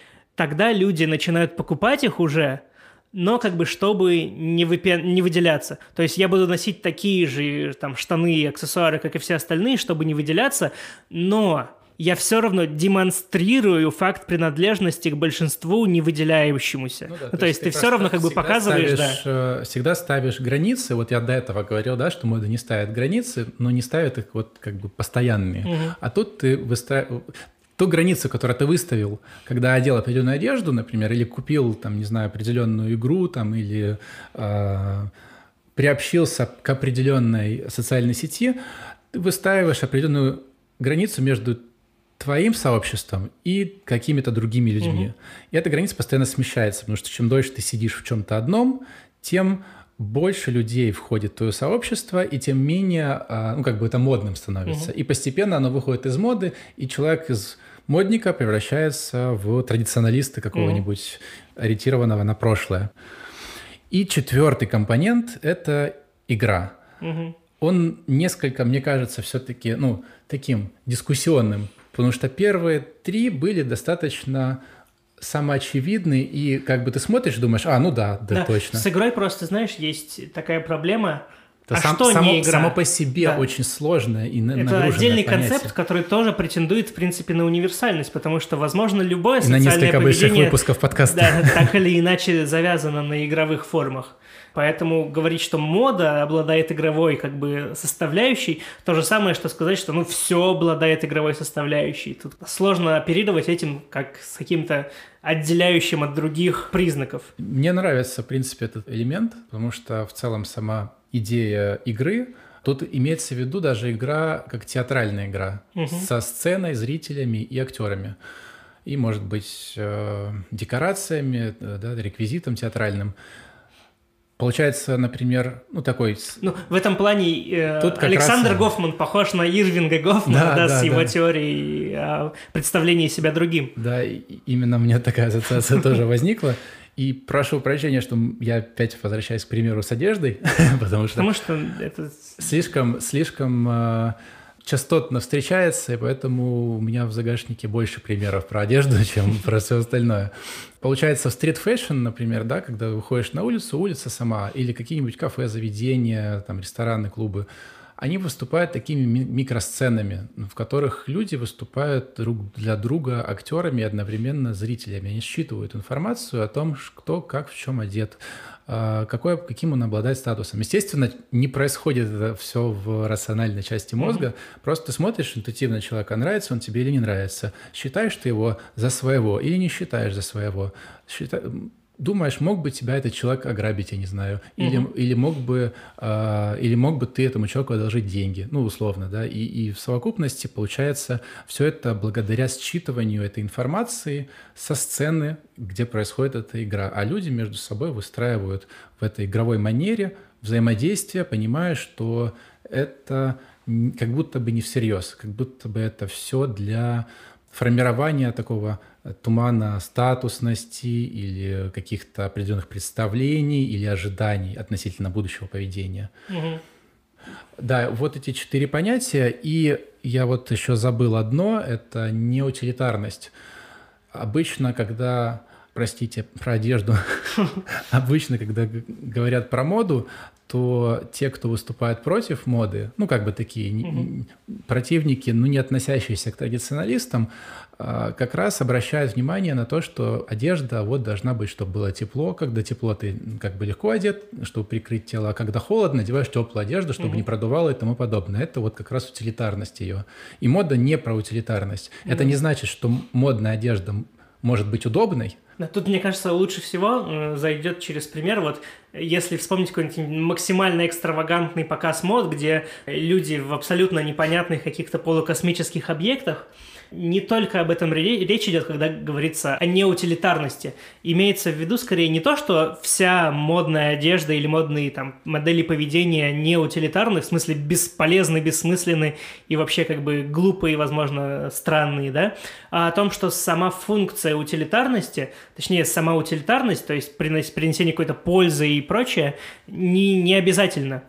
тогда люди начинают покупать их уже, но как бы чтобы не, выпи... не выделяться. То есть я буду носить такие же там штаны и аксессуары, как и все остальные, чтобы не выделяться, но я все равно демонстрирую факт принадлежности к большинству не выделяющемуся. Ну, да, ну, то, то есть ты, ты все равно как бы показываешь... Ставишь, да. Всегда ставишь границы. Вот я до этого говорил, да, что мода не ставит границы, но не ставит их вот как бы постоянные. Угу. А тут ты выставляешь... Ту границу, которую ты выставил, когда одел определенную одежду, например, или купил, там, не знаю, определенную игру, там, или э, приобщился к определенной социальной сети, ты выстраиваешь определенную границу между твоим сообществом и какими-то другими людьми. Угу. И эта граница постоянно смещается, потому что чем дольше ты сидишь в чем-то одном, тем больше людей входит в твое сообщество, и тем менее, ну, как бы это модным становится. Угу. И постепенно оно выходит из моды, и человек из модника превращается в традиционалиста какого-нибудь угу. ориентированного на прошлое. И четвертый компонент – это игра. Угу. Он несколько, мне кажется, все-таки, ну, таким дискуссионным, потому что первые три были достаточно... самоочевидный, и как бы ты смотришь, думаешь, а, ну да, да, да. точно. С игрой просто, знаешь, есть такая проблема, это а сам, что само, не игра? Само по себе да. очень сложное и нагруженное Это отдельный понятие. Концепт, который тоже претендует, в принципе, на универсальность, потому что, возможно, любое и социальное на несколько поведение... больших выпусков подкаста. Да, так или иначе завязано на игровых формах. Поэтому говорить, что мода обладает игровой как бы составляющей, то же самое, что сказать, что ну все обладает игровой составляющей. Тут сложно оперировать этим как с каким-то отделяющим от других признаков. Мне нравится, в принципе, этот элемент, потому что в целом сама идея игры, Тут имеется в виду даже игра как театральная игра угу. со сценой, зрителями и актерами. И, может быть, декорациями, да, реквизитом театральным. Получается, например, ну такой... Ну, в этом плане э, Александр раз... Гофман похож на Ирвинга Гофмана, да, да, да, с его да. теорией о представлении себя другим. Да, именно у меня такая ассоциация тоже возникла. И прошу прощения, что я опять возвращаюсь к примеру с одеждой, потому что... Потому что это... Слишком, слишком частотно встречается, и поэтому у меня в загашнике больше примеров про одежду, чем про все остальное. Получается, в стрит-фэшн, например, да, когда выходишь на улицу, улица сама, или какие-нибудь кафе, заведения, там, рестораны, клубы, они выступают такими ми- микросценами, в которых люди выступают друг для друга актерами и одновременно зрителями. Они считывают информацию о том, кто как в чем одет, какой, каким он обладает статусом. Естественно, не происходит это все в рациональной части мозга. Mm-hmm. Просто ты смотришь интуитивно человека, нравится он тебе или не нравится. Считаешь ты его за своего или не считаешь за своего. Считай... Думаешь, мог бы тебя этот человек ограбить, я не знаю, или, uh-huh. или, мог, бы, э, или мог бы ты этому человеку одолжить деньги, ну, условно, да, и, и в совокупности получается все это благодаря считыванию этой информации со сцены, где происходит эта игра, а люди между собой выстраивают в этой игровой манере взаимодействие, понимая, что это как будто бы не всерьез, как будто бы это все для формирования такого тумана статусности или каких-то определенных представлений или ожиданий относительно будущего поведения. Угу. Да, вот эти четыре понятия. И я вот еще забыл одно, это неутилитарность. Обычно, когда, простите, про одежду, обычно, когда говорят про моду, то те, кто выступает против моды, ну, как бы такие mm-hmm. противники, ну, не относящиеся к традиционалистам, как раз обращают внимание на то, что одежда вот должна быть, чтобы было тепло. Когда тепло, ты как бы легко одет, чтобы прикрыть тело, а когда холодно, надеваешь теплую одежду, чтобы mm-hmm. не продувало и тому подобное. Это вот как раз утилитарность ее. И мода не про утилитарность. Mm-hmm. Это не значит, что модная одежда может быть удобной. Тут, мне кажется, лучше всего э, зайдет через пример, вот если вспомнить какой-нибудь максимально экстравагантный показ мод, где люди в абсолютно непонятных каких-то полукосмических объектах, не только об этом речь идет, когда говорится о неутилитарности. Имеется в виду скорее не то, что вся модная одежда или модные там, модели поведения неутилитарны, в смысле бесполезны, бессмысленны и вообще как бы глупые, возможно, странные, да, а о том, что сама функция утилитарности, точнее, сама утилитарность, то есть принесение какой-то пользы и прочее, не, не обязательно.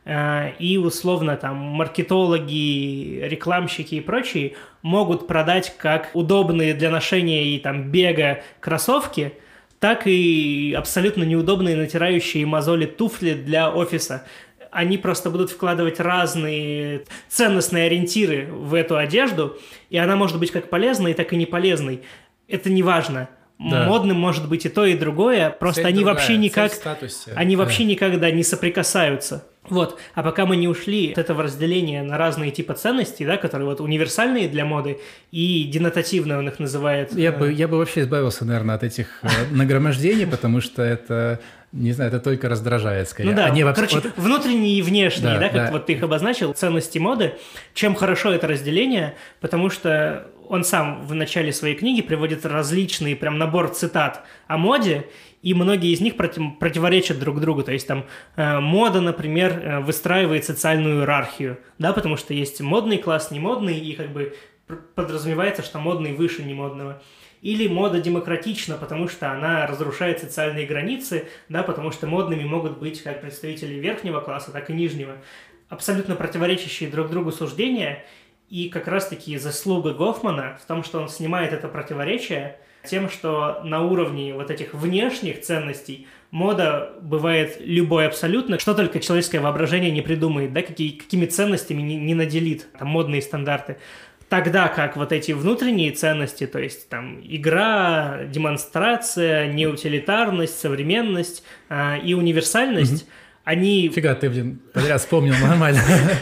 И условно там маркетологи, рекламщики и прочие могут продать как удобные для ношения и там бега кроссовки, так и абсолютно неудобные натирающие мозоли туфли для офиса. Они просто будут вкладывать разные ценностные ориентиры в эту одежду, и она может быть как полезной, так и не полезной. Это не важно. Да. Модным может быть и то, и другое, просто цель они другая, вообще никак, они да. вообще никогда не соприкасаются. Вот, а пока мы не ушли от этого разделения на разные типы ценностей, да, которые вот универсальные для моды и денотативные он их называет. Я бы, я бы вообще избавился, наверное, от этих нагромождений, потому что это, не знаю, это только раздражает скорее. Ну да, Они короче, вот... внутренние и внешние, да, да как да. вот ты их обозначил, ценности моды. Чем хорошо это разделение, потому что он сам в начале своей книги приводит различные прям набор цитат о моде, и многие из них против, противоречат друг другу. То есть там э, мода, например, э, выстраивает социальную иерархию, да, потому что есть модный класс, не модный, и как бы подразумевается, что модный выше немодного. Или мода демократична, потому что она разрушает социальные границы, да, потому что модными могут быть как представители верхнего класса, так и нижнего. Абсолютно противоречащие друг другу суждения. И как раз-таки заслуга Гофмана в том, что он снимает это противоречие тем, что на уровне вот этих внешних ценностей мода бывает любой абсолютно, что только человеческое воображение не придумает, да, какие, какими ценностями не, не наделит там, модные стандарты. Тогда как вот эти внутренние ценности, то есть там игра, демонстрация, неутилитарность, современность э, и универсальность, mm-hmm. они... Фига, ты, блин, подряд вспомнил нормально.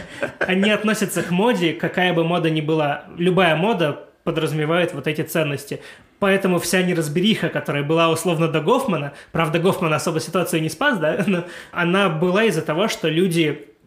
Они относятся к моде, какая бы мода ни была. Любая мода подразумевает вот эти ценности. Поэтому вся неразбериха, которая была условно до Гофмана, правда, Гофман особо ситуацию не спас, да, но она была из-за того, что люди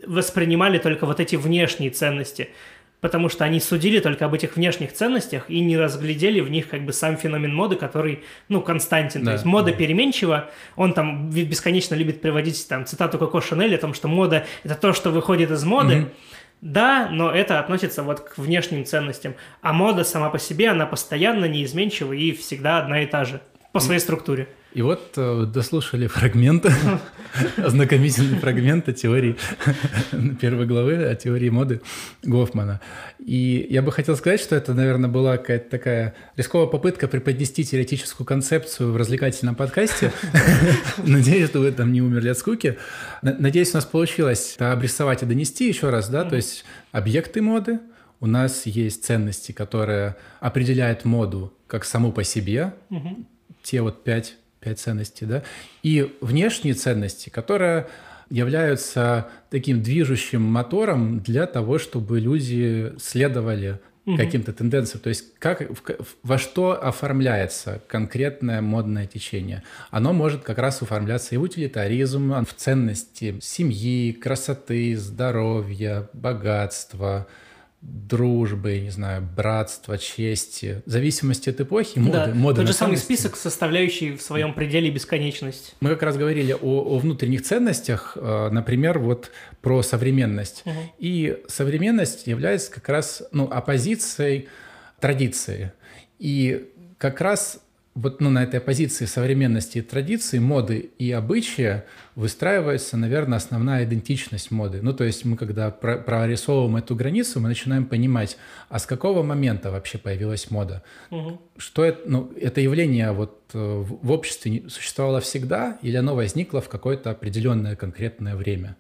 воспринимали только вот эти внешние ценности, потому что они судили только об этих внешних ценностях и не разглядели в них как бы сам феномен моды, который, ну, константен. Да. То есть мода да. переменчива, он там бесконечно любит приводить там цитату Коко Шанель о том, что мода – это то, что выходит из моды. Mm-hmm. Да, но это относится вот к внешним ценностям. А мода сама по себе, она постоянно неизменчива и всегда одна и та же по своей структуре. И вот э, дослушали фрагмент, ознакомительный фрагмент о теории первой главы, о теории моды Гофмана. И я бы хотел сказать, что это, наверное, была какая-то такая рисковая попытка преподнести теоретическую концепцию в развлекательном подкасте. Надеюсь, что вы там не умерли от скуки. Надеюсь, у нас получилось обрисовать и донести еще раз, да, то есть объекты моды. У нас есть ценности, которые определяют моду как саму по себе, те вот пять Пять ценностей, да, и внешние ценности, которые являются таким движущим мотором для того, чтобы люди следовали угу. каким-то тенденциям. То есть как, во что оформляется конкретное модное течение. Оно может как раз оформляться и в утилитаризм, в ценности семьи, красоты, здоровья, богатства, дружбы, не знаю, братства, чести, в зависимости от эпохи, моды. Да, моды тот же самый список, составляющий в своем пределе бесконечность. Мы как раз говорили о, о внутренних ценностях, например, вот про современность. Угу. И современность является как раз ну, оппозицией традиции. И как раз вот ну, на этой оппозиции современности и традиции, моды и обычая выстраивается, наверное, основная идентичность моды. Ну, то есть мы, когда про- прорисовываем эту границу, мы начинаем понимать, а с какого момента вообще появилась мода? Угу. Что это, ну, это явление вот в обществе существовало всегда или оно возникло в какое-то определенное конкретное время?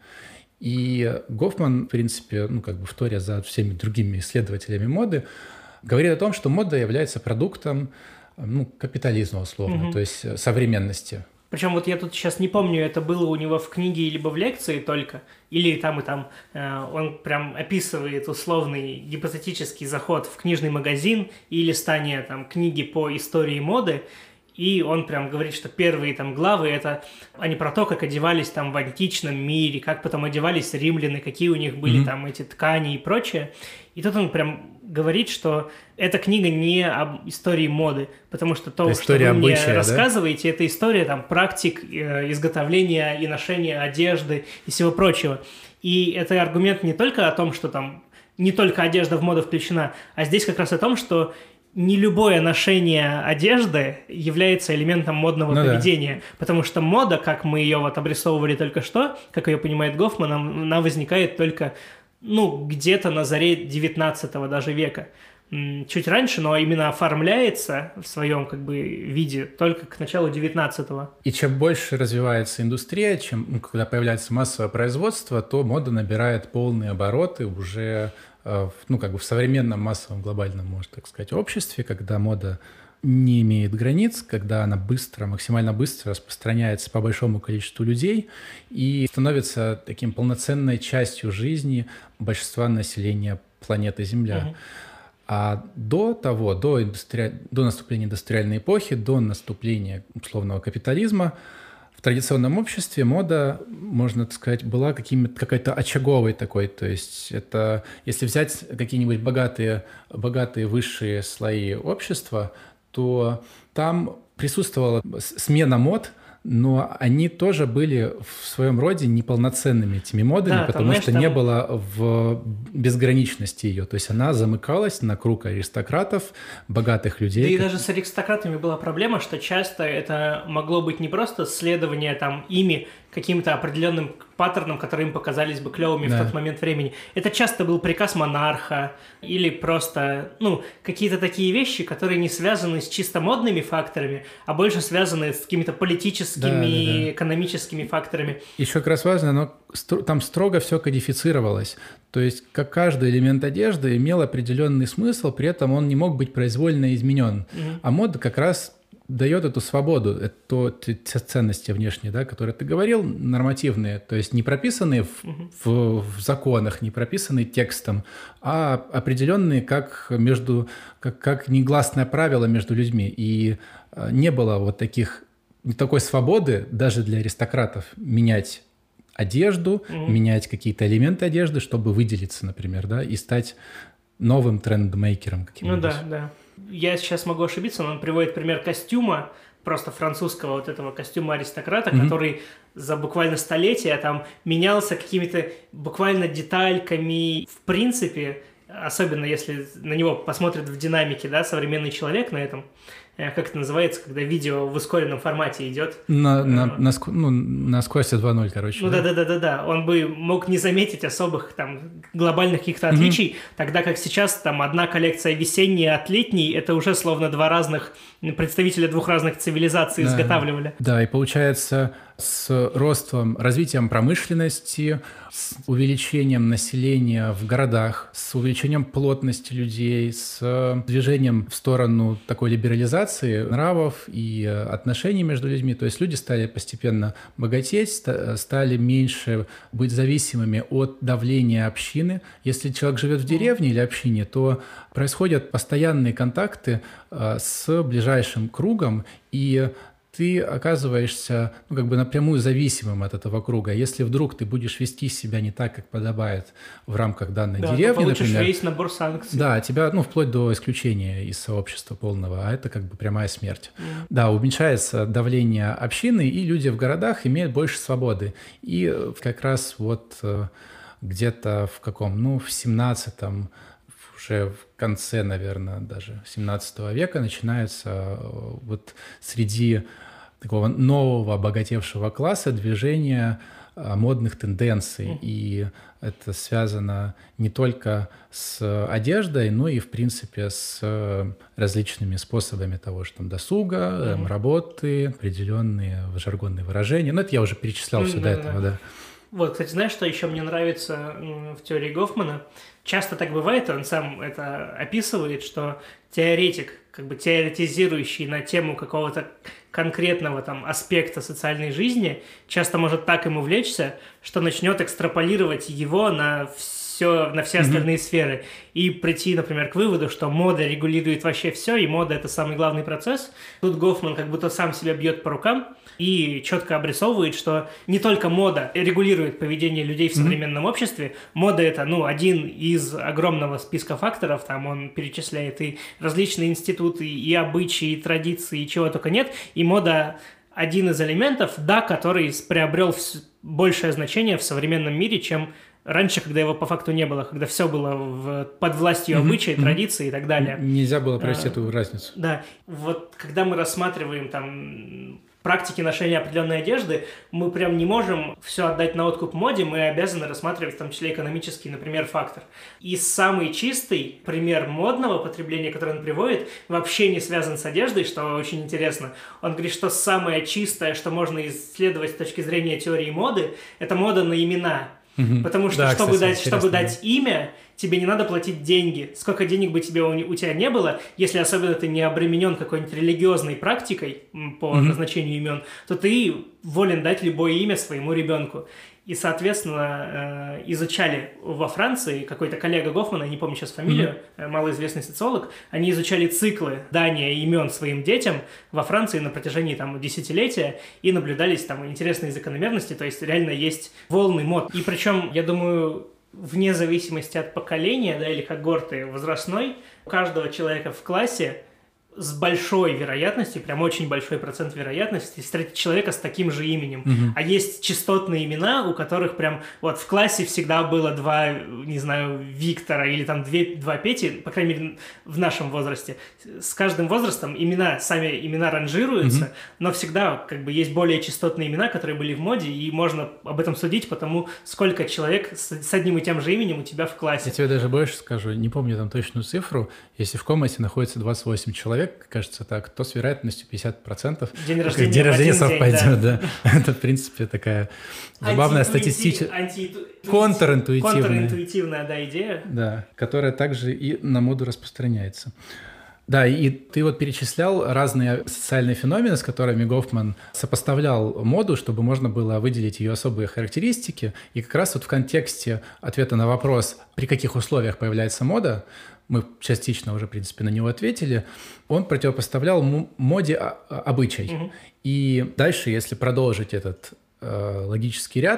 И Гофман, в принципе, ну, как бы вторя за всеми другими исследователями моды, говорит о том, что мода является продуктом ну, капитализма, условно, угу. то есть современности. Причем вот я тут сейчас не помню, это было у него в книге либо в лекции только, или там и там. Э, он прям описывает условный гипотетический заход в книжный магазин и листание там книги по истории моды. И он прям говорит, что первые там главы, это они про то, как одевались там в античном мире, как потом одевались римляне, какие у них были mm-hmm. там эти ткани и прочее. И тут он прям говорит, что эта книга не об истории моды, потому что то, что вы мне обычая, рассказываете, да? Это история там практик э, изготовления и ношения одежды и всего прочего. И это аргумент не только о том, что там не только одежда в моду включена, а здесь как раз о том, что не любое ношение одежды является элементом модного ну поведения, да. потому что мода, как мы ее вот обрисовывали только что, как ее понимает Гофман, она возникает только ну, где-то на заре девятнадцатого даже века. Чуть раньше, но именно оформляется в своем как бы виде только к началу девятнадцатого. И чем больше развивается индустрия, чем ну, когда появляется массовое производство, то мода набирает полные обороты уже ну, как бы в современном массовом глобальном, можно так сказать, обществе, когда мода не имеет границ, когда она быстро, максимально быстро распространяется по большому количеству людей и становится таким полноценной частью жизни большинства населения планеты Земля. Угу. А до того, до, индустри... до наступления индустриальной эпохи, до наступления условного капитализма, в традиционном обществе мода, можно так сказать, была какой-то очаговой такой. То есть это, если взять какие-нибудь богатые, богатые высшие слои общества, то там присутствовала смена мод, но они тоже были в своем роде неполноценными этими модами, да, потому там, что знаешь, не там... было в безграничности ее. То есть она замыкалась на круг аристократов, богатых людей. Да и даже с аристократами была проблема, что часто это могло быть не просто следование там ими каким-то определенным паттернам, которые им показались бы клевыми да. в тот момент времени. Это часто был приказ монарха или просто, ну, какие-то такие вещи, которые не связаны с чисто модными факторами, а больше связаны с какими-то политическими, да, да, да. экономическими факторами. Еще как раз важно, но там строго все кодифицировалось. То есть, как каждый элемент одежды имел определенный смысл, при этом он не мог быть произвольно изменен. Угу. А мода как раз дает эту свободу, это те ценности внешние, да, которые ты говорил, нормативные, то есть не прописанные в, угу. в, в законах, не прописанные текстом, а определенные как, между, как, как негласное правило между людьми. И не было вот таких, такой свободы даже для аристократов менять одежду, mm-hmm. менять какие-то элементы одежды, чтобы выделиться, например, да, и стать новым трендмейкером каким-нибудь. Ну да, да. Я сейчас могу ошибиться, но он приводит пример костюма, просто французского вот этого костюма аристократа, mm-hmm. который за буквально столетия там менялся какими-то буквально детальками. В принципе, особенно если на него посмотрит в динамике, да, современный человек на этом, как это называется, когда видео в ускоренном формате идет. На, на, на, ну, на скорости два ноль, короче. Ну да-да-да-да-да. Он бы мог не заметить особых там глобальных каких-то отличий, mm-hmm. тогда как сейчас там одна коллекция весенняя от летней, это уже словно два разных представителя двух разных цивилизаций да. изготавливали. Да, и получается с ростом, развитием промышленности, с увеличением населения в городах, с увеличением плотности людей, с движением в сторону такой либерализации нравов и отношений между людьми. То есть люди стали постепенно богатеть, стали меньше быть зависимыми от давления общины. Если человек живет в деревне или общине, то происходят постоянные контакты с ближайшим кругом, и ты оказываешься ну, как бы напрямую зависимым от этого круга. Если вдруг ты будешь вести себя не так, как подобает в рамках данной да, деревни, ты например, весь набор санкций. Да, тебя, ну, вплоть до исключения из сообщества полного, а это как бы прямая смерть. Mm. Да, уменьшается давление общины, и люди в городах имеют больше свободы. И как раз вот где-то в каком, ну, в семнадцатом, уже в конце, наверное, даже семнадцатого века начинается вот среди такого нового обогатевшего класса движение модных тенденций. Mm. И это связано не только с одеждой, но и, в принципе, с различными способами того, что там досуга, mm. работы, определенные жаргонные выражения. Ну, это я уже перечислял mm, все да, до этого, да. да. Вот, кстати, знаешь, что еще мне нравится в теории Гофмана? Часто так бывает, он сам это описывает, что теоретик, как бы теоретизирующий на тему какого-то конкретного там аспекта социальной жизни, часто может так им увлечься, что начнет экстраполировать его на все, на все остальные mm-hmm. сферы и прийти, например, к выводу, что мода регулирует вообще все, и мода – это самый главный процесс. Тут Гофман как будто сам себя бьет по рукам и четко обрисовывает, что не только мода регулирует поведение людей в современном mm-hmm. обществе, мода – это, ну, один из огромного списка факторов, там он перечисляет и различные институты, и обычаи, и традиции, и чего только нет, и мода – один из элементов, да, который приобрел большее значение в современном мире, чем раньше, когда его по факту не было, когда все было в, под властью mm-hmm. обычаи, mm-hmm. традиций и так далее. Нельзя было провести а, эту разницу. Да. Вот когда мы рассматриваем там практики ношения определенной одежды, мы прям не можем все отдать на откуп моде, мы обязаны рассматривать в том числе экономический, например, фактор. И самый чистый пример модного потребления, который он приводит, вообще не связан с одеждой, что очень интересно. Он говорит, что самое чистое, что можно исследовать с точки зрения теории моды, это мода на имена. Угу. Потому что, да, чтобы, кстати, дать, чтобы дать имя, тебе не надо платить деньги. Сколько денег бы тебе у, у тебя не было, если особенно ты не обременен какой-нибудь религиозной практикой по угу. назначению имен, то ты волен дать любое имя своему ребенку. И, соответственно, изучали во Франции, какой-то коллега Гофмана, не помню сейчас фамилию, mm-hmm. малоизвестный социолог, они изучали циклы дания имен своим детям во Франции на протяжении там, десятилетия, и наблюдались там интересные закономерности, то есть реально есть волны мод. И причем, я думаю, вне зависимости от поколения, да, или когорты возрастной, у каждого человека в классе с большой вероятностью, прям очень большой процент вероятности встретить человека с таким же именем. Mm-hmm. А есть частотные имена, у которых прям вот в классе всегда было два, не знаю, Виктора или там две, два Пети, по крайней мере, в нашем возрасте. С каждым возрастом имена, сами имена ранжируются, mm-hmm. но всегда как бы есть более частотные имена, которые были в моде, и можно об этом судить, потому сколько человек с, с одним и тем же именем у тебя в классе. Я тебе даже больше скажу, не помню там точную цифру, если в комнате находится двадцать восемь человек, кажется так, то с вероятностью пятьдесят процентов день рождения, день рождения совпадет, день, да. да. Это, в принципе, такая забавная статистическая... Антииту... Контринтуитивная. Контринтуитивная, да, идея. Да, которая также и на моду распространяется. Да, и ты вот перечислял разные социальные феномены, с которыми Гофман сопоставлял моду, чтобы можно было выделить ее особые характеристики. И как раз вот в контексте ответа на вопрос, при каких условиях появляется мода, мы частично уже, в принципе, на него ответили, он противопоставлял моде обычай. Угу. И дальше, если продолжить этот э, логический ряд,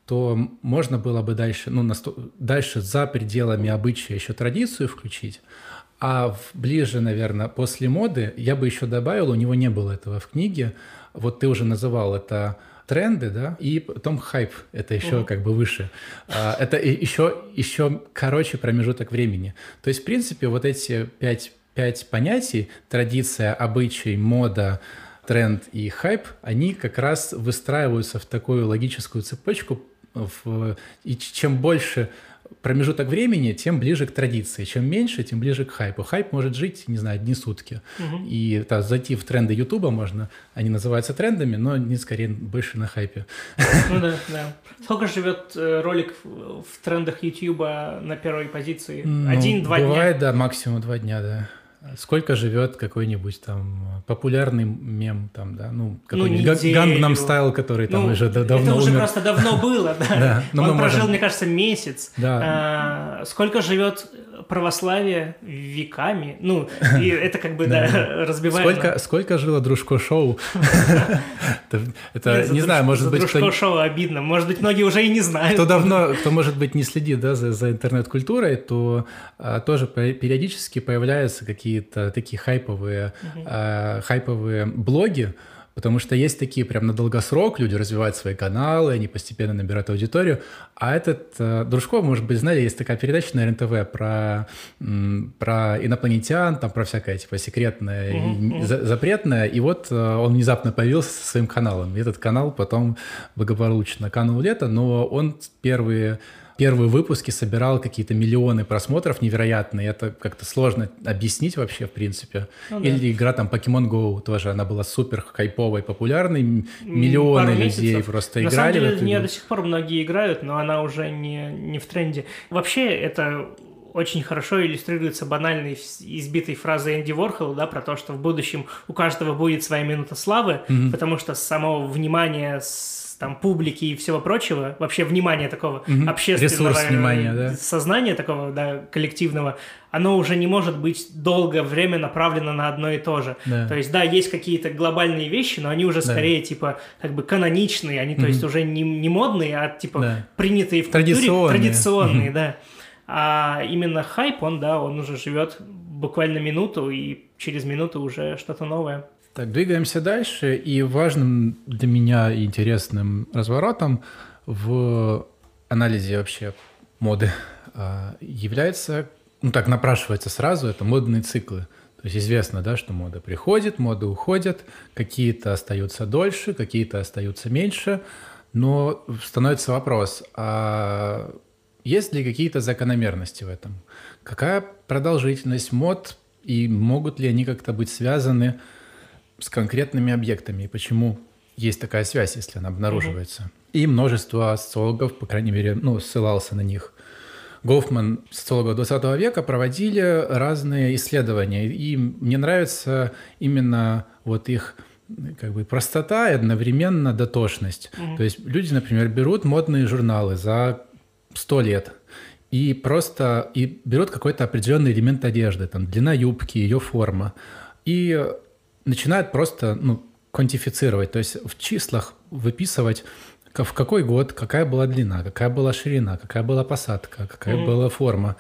то можно было бы дальше, ну, насто... дальше за пределами обычая еще традицию включить. А в, ближе, наверное, после моды я бы еще добавил, у него не было этого в книге, вот ты уже называл это тренды, да, и потом хайп, это еще uh-huh. как бы выше. А, это еще, еще короче промежуток времени. То есть, в принципе, вот эти пять, пять понятий, традиция, обычай, мода, тренд и хайп, они как раз выстраиваются в такую логическую цепочку, в, и чем больше промежуток времени, тем ближе к традиции. Чем меньше, тем ближе к хайпу. Хайп может жить, не знаю, одни сутки. Угу. И да, зайти в тренды Ютуба можно. Они называются трендами, но не скорее больше на хайпе. Ну да, да. Сколько живет ролик в трендах Ютуба на первой позиции? Ну, Один-два дня? Бывает, да, максимум два дня, да. Сколько живет какой-нибудь там популярный мем, там, да, ну, какой-нибудь ну, Gangnam Style, который там ну, уже давно умер. Это уже просто давно было, да. да Он прожил, можем... мне кажется, месяц. Да. А, сколько живет православие веками? Ну, и это как бы, да, разбивает. Сколько жило Дружко-шоу? Это, не знаю, может быть... Дружко-шоу обидно. Может быть, многие уже и не знают. Кто давно, кто, может быть, не следит за интернет-культурой, то тоже периодически появляются какие какие-то такие хайповые, uh-huh. э, хайповые блоги, потому что есть такие прям на долгосрок, люди развивают свои каналы, они постепенно набирают аудиторию, а этот э, Дружко, может быть, знали, есть такая передача на эр эн тэ вэ про, м, про инопланетян, там про всякое типа секретное uh-huh. и за, запретное, и вот э, он внезапно появился со своим каналом, и этот канал потом благополучно канул лето, но он первые... Первые выпуски собирал какие-то миллионы просмотров невероятные. Это как-то сложно объяснить вообще, в принципе. Ну, да. Или игра там Pokemon Go тоже, она была супер хайповой, популярной. Миллионы Пару людей месяцев. Просто На играли. На самом деле, в в нее до сих пор многие играют, но она уже не, не в тренде. Вообще, это очень хорошо иллюстрируется банальной избитой фразой Энди Уорхола, да, про то, что в будущем у каждого будет своя минута славы, mm-hmm. потому что само внимание с там, публики и всего прочего, вообще внимание такого mm-hmm. общественного Ресурс внимания, да? сознания такого, да, коллективного, оно уже не может быть долгое время направлено на одно и то же. Да. То есть, да, есть какие-то глобальные вещи, но они уже да. скорее, типа, как бы каноничные, они, mm-hmm. то есть, уже не, не модные, а, типа, да. принятые в культуре, традиционные, традиционные mm-hmm. да. А именно хайп, он, да, он уже живет буквально минуту, и через минуту уже что-то новое. Так, двигаемся дальше, и важным для меня и интересным разворотом в анализе вообще моды является, ну так напрашивается сразу, это модные циклы. То есть известно, да, что мода приходит, моды уходят, какие-то остаются дольше, какие-то остаются меньше, но становится вопрос, а есть ли какие-то закономерности в этом? Какая продолжительность мод, и могут ли они как-то быть связаны с конкретными объектами, и почему есть такая связь, если она обнаруживается. Mm-hmm. И множество социологов, по крайней мере, ну, ссылался на них. Гофман, социологов двадцатого века, проводили разные исследования, и мне нравится именно вот их как бы простота и одновременно дотошность. Mm-hmm. То есть люди, например, берут модные журналы за сто лет и просто и берут какой-то определенный элемент одежды, там, длина юбки, ее форма, и начинают просто ну, квантифицировать, то есть в числах выписывать, в какой год, какая была длина, какая была ширина, какая была посадка, какая mm-hmm. была форма.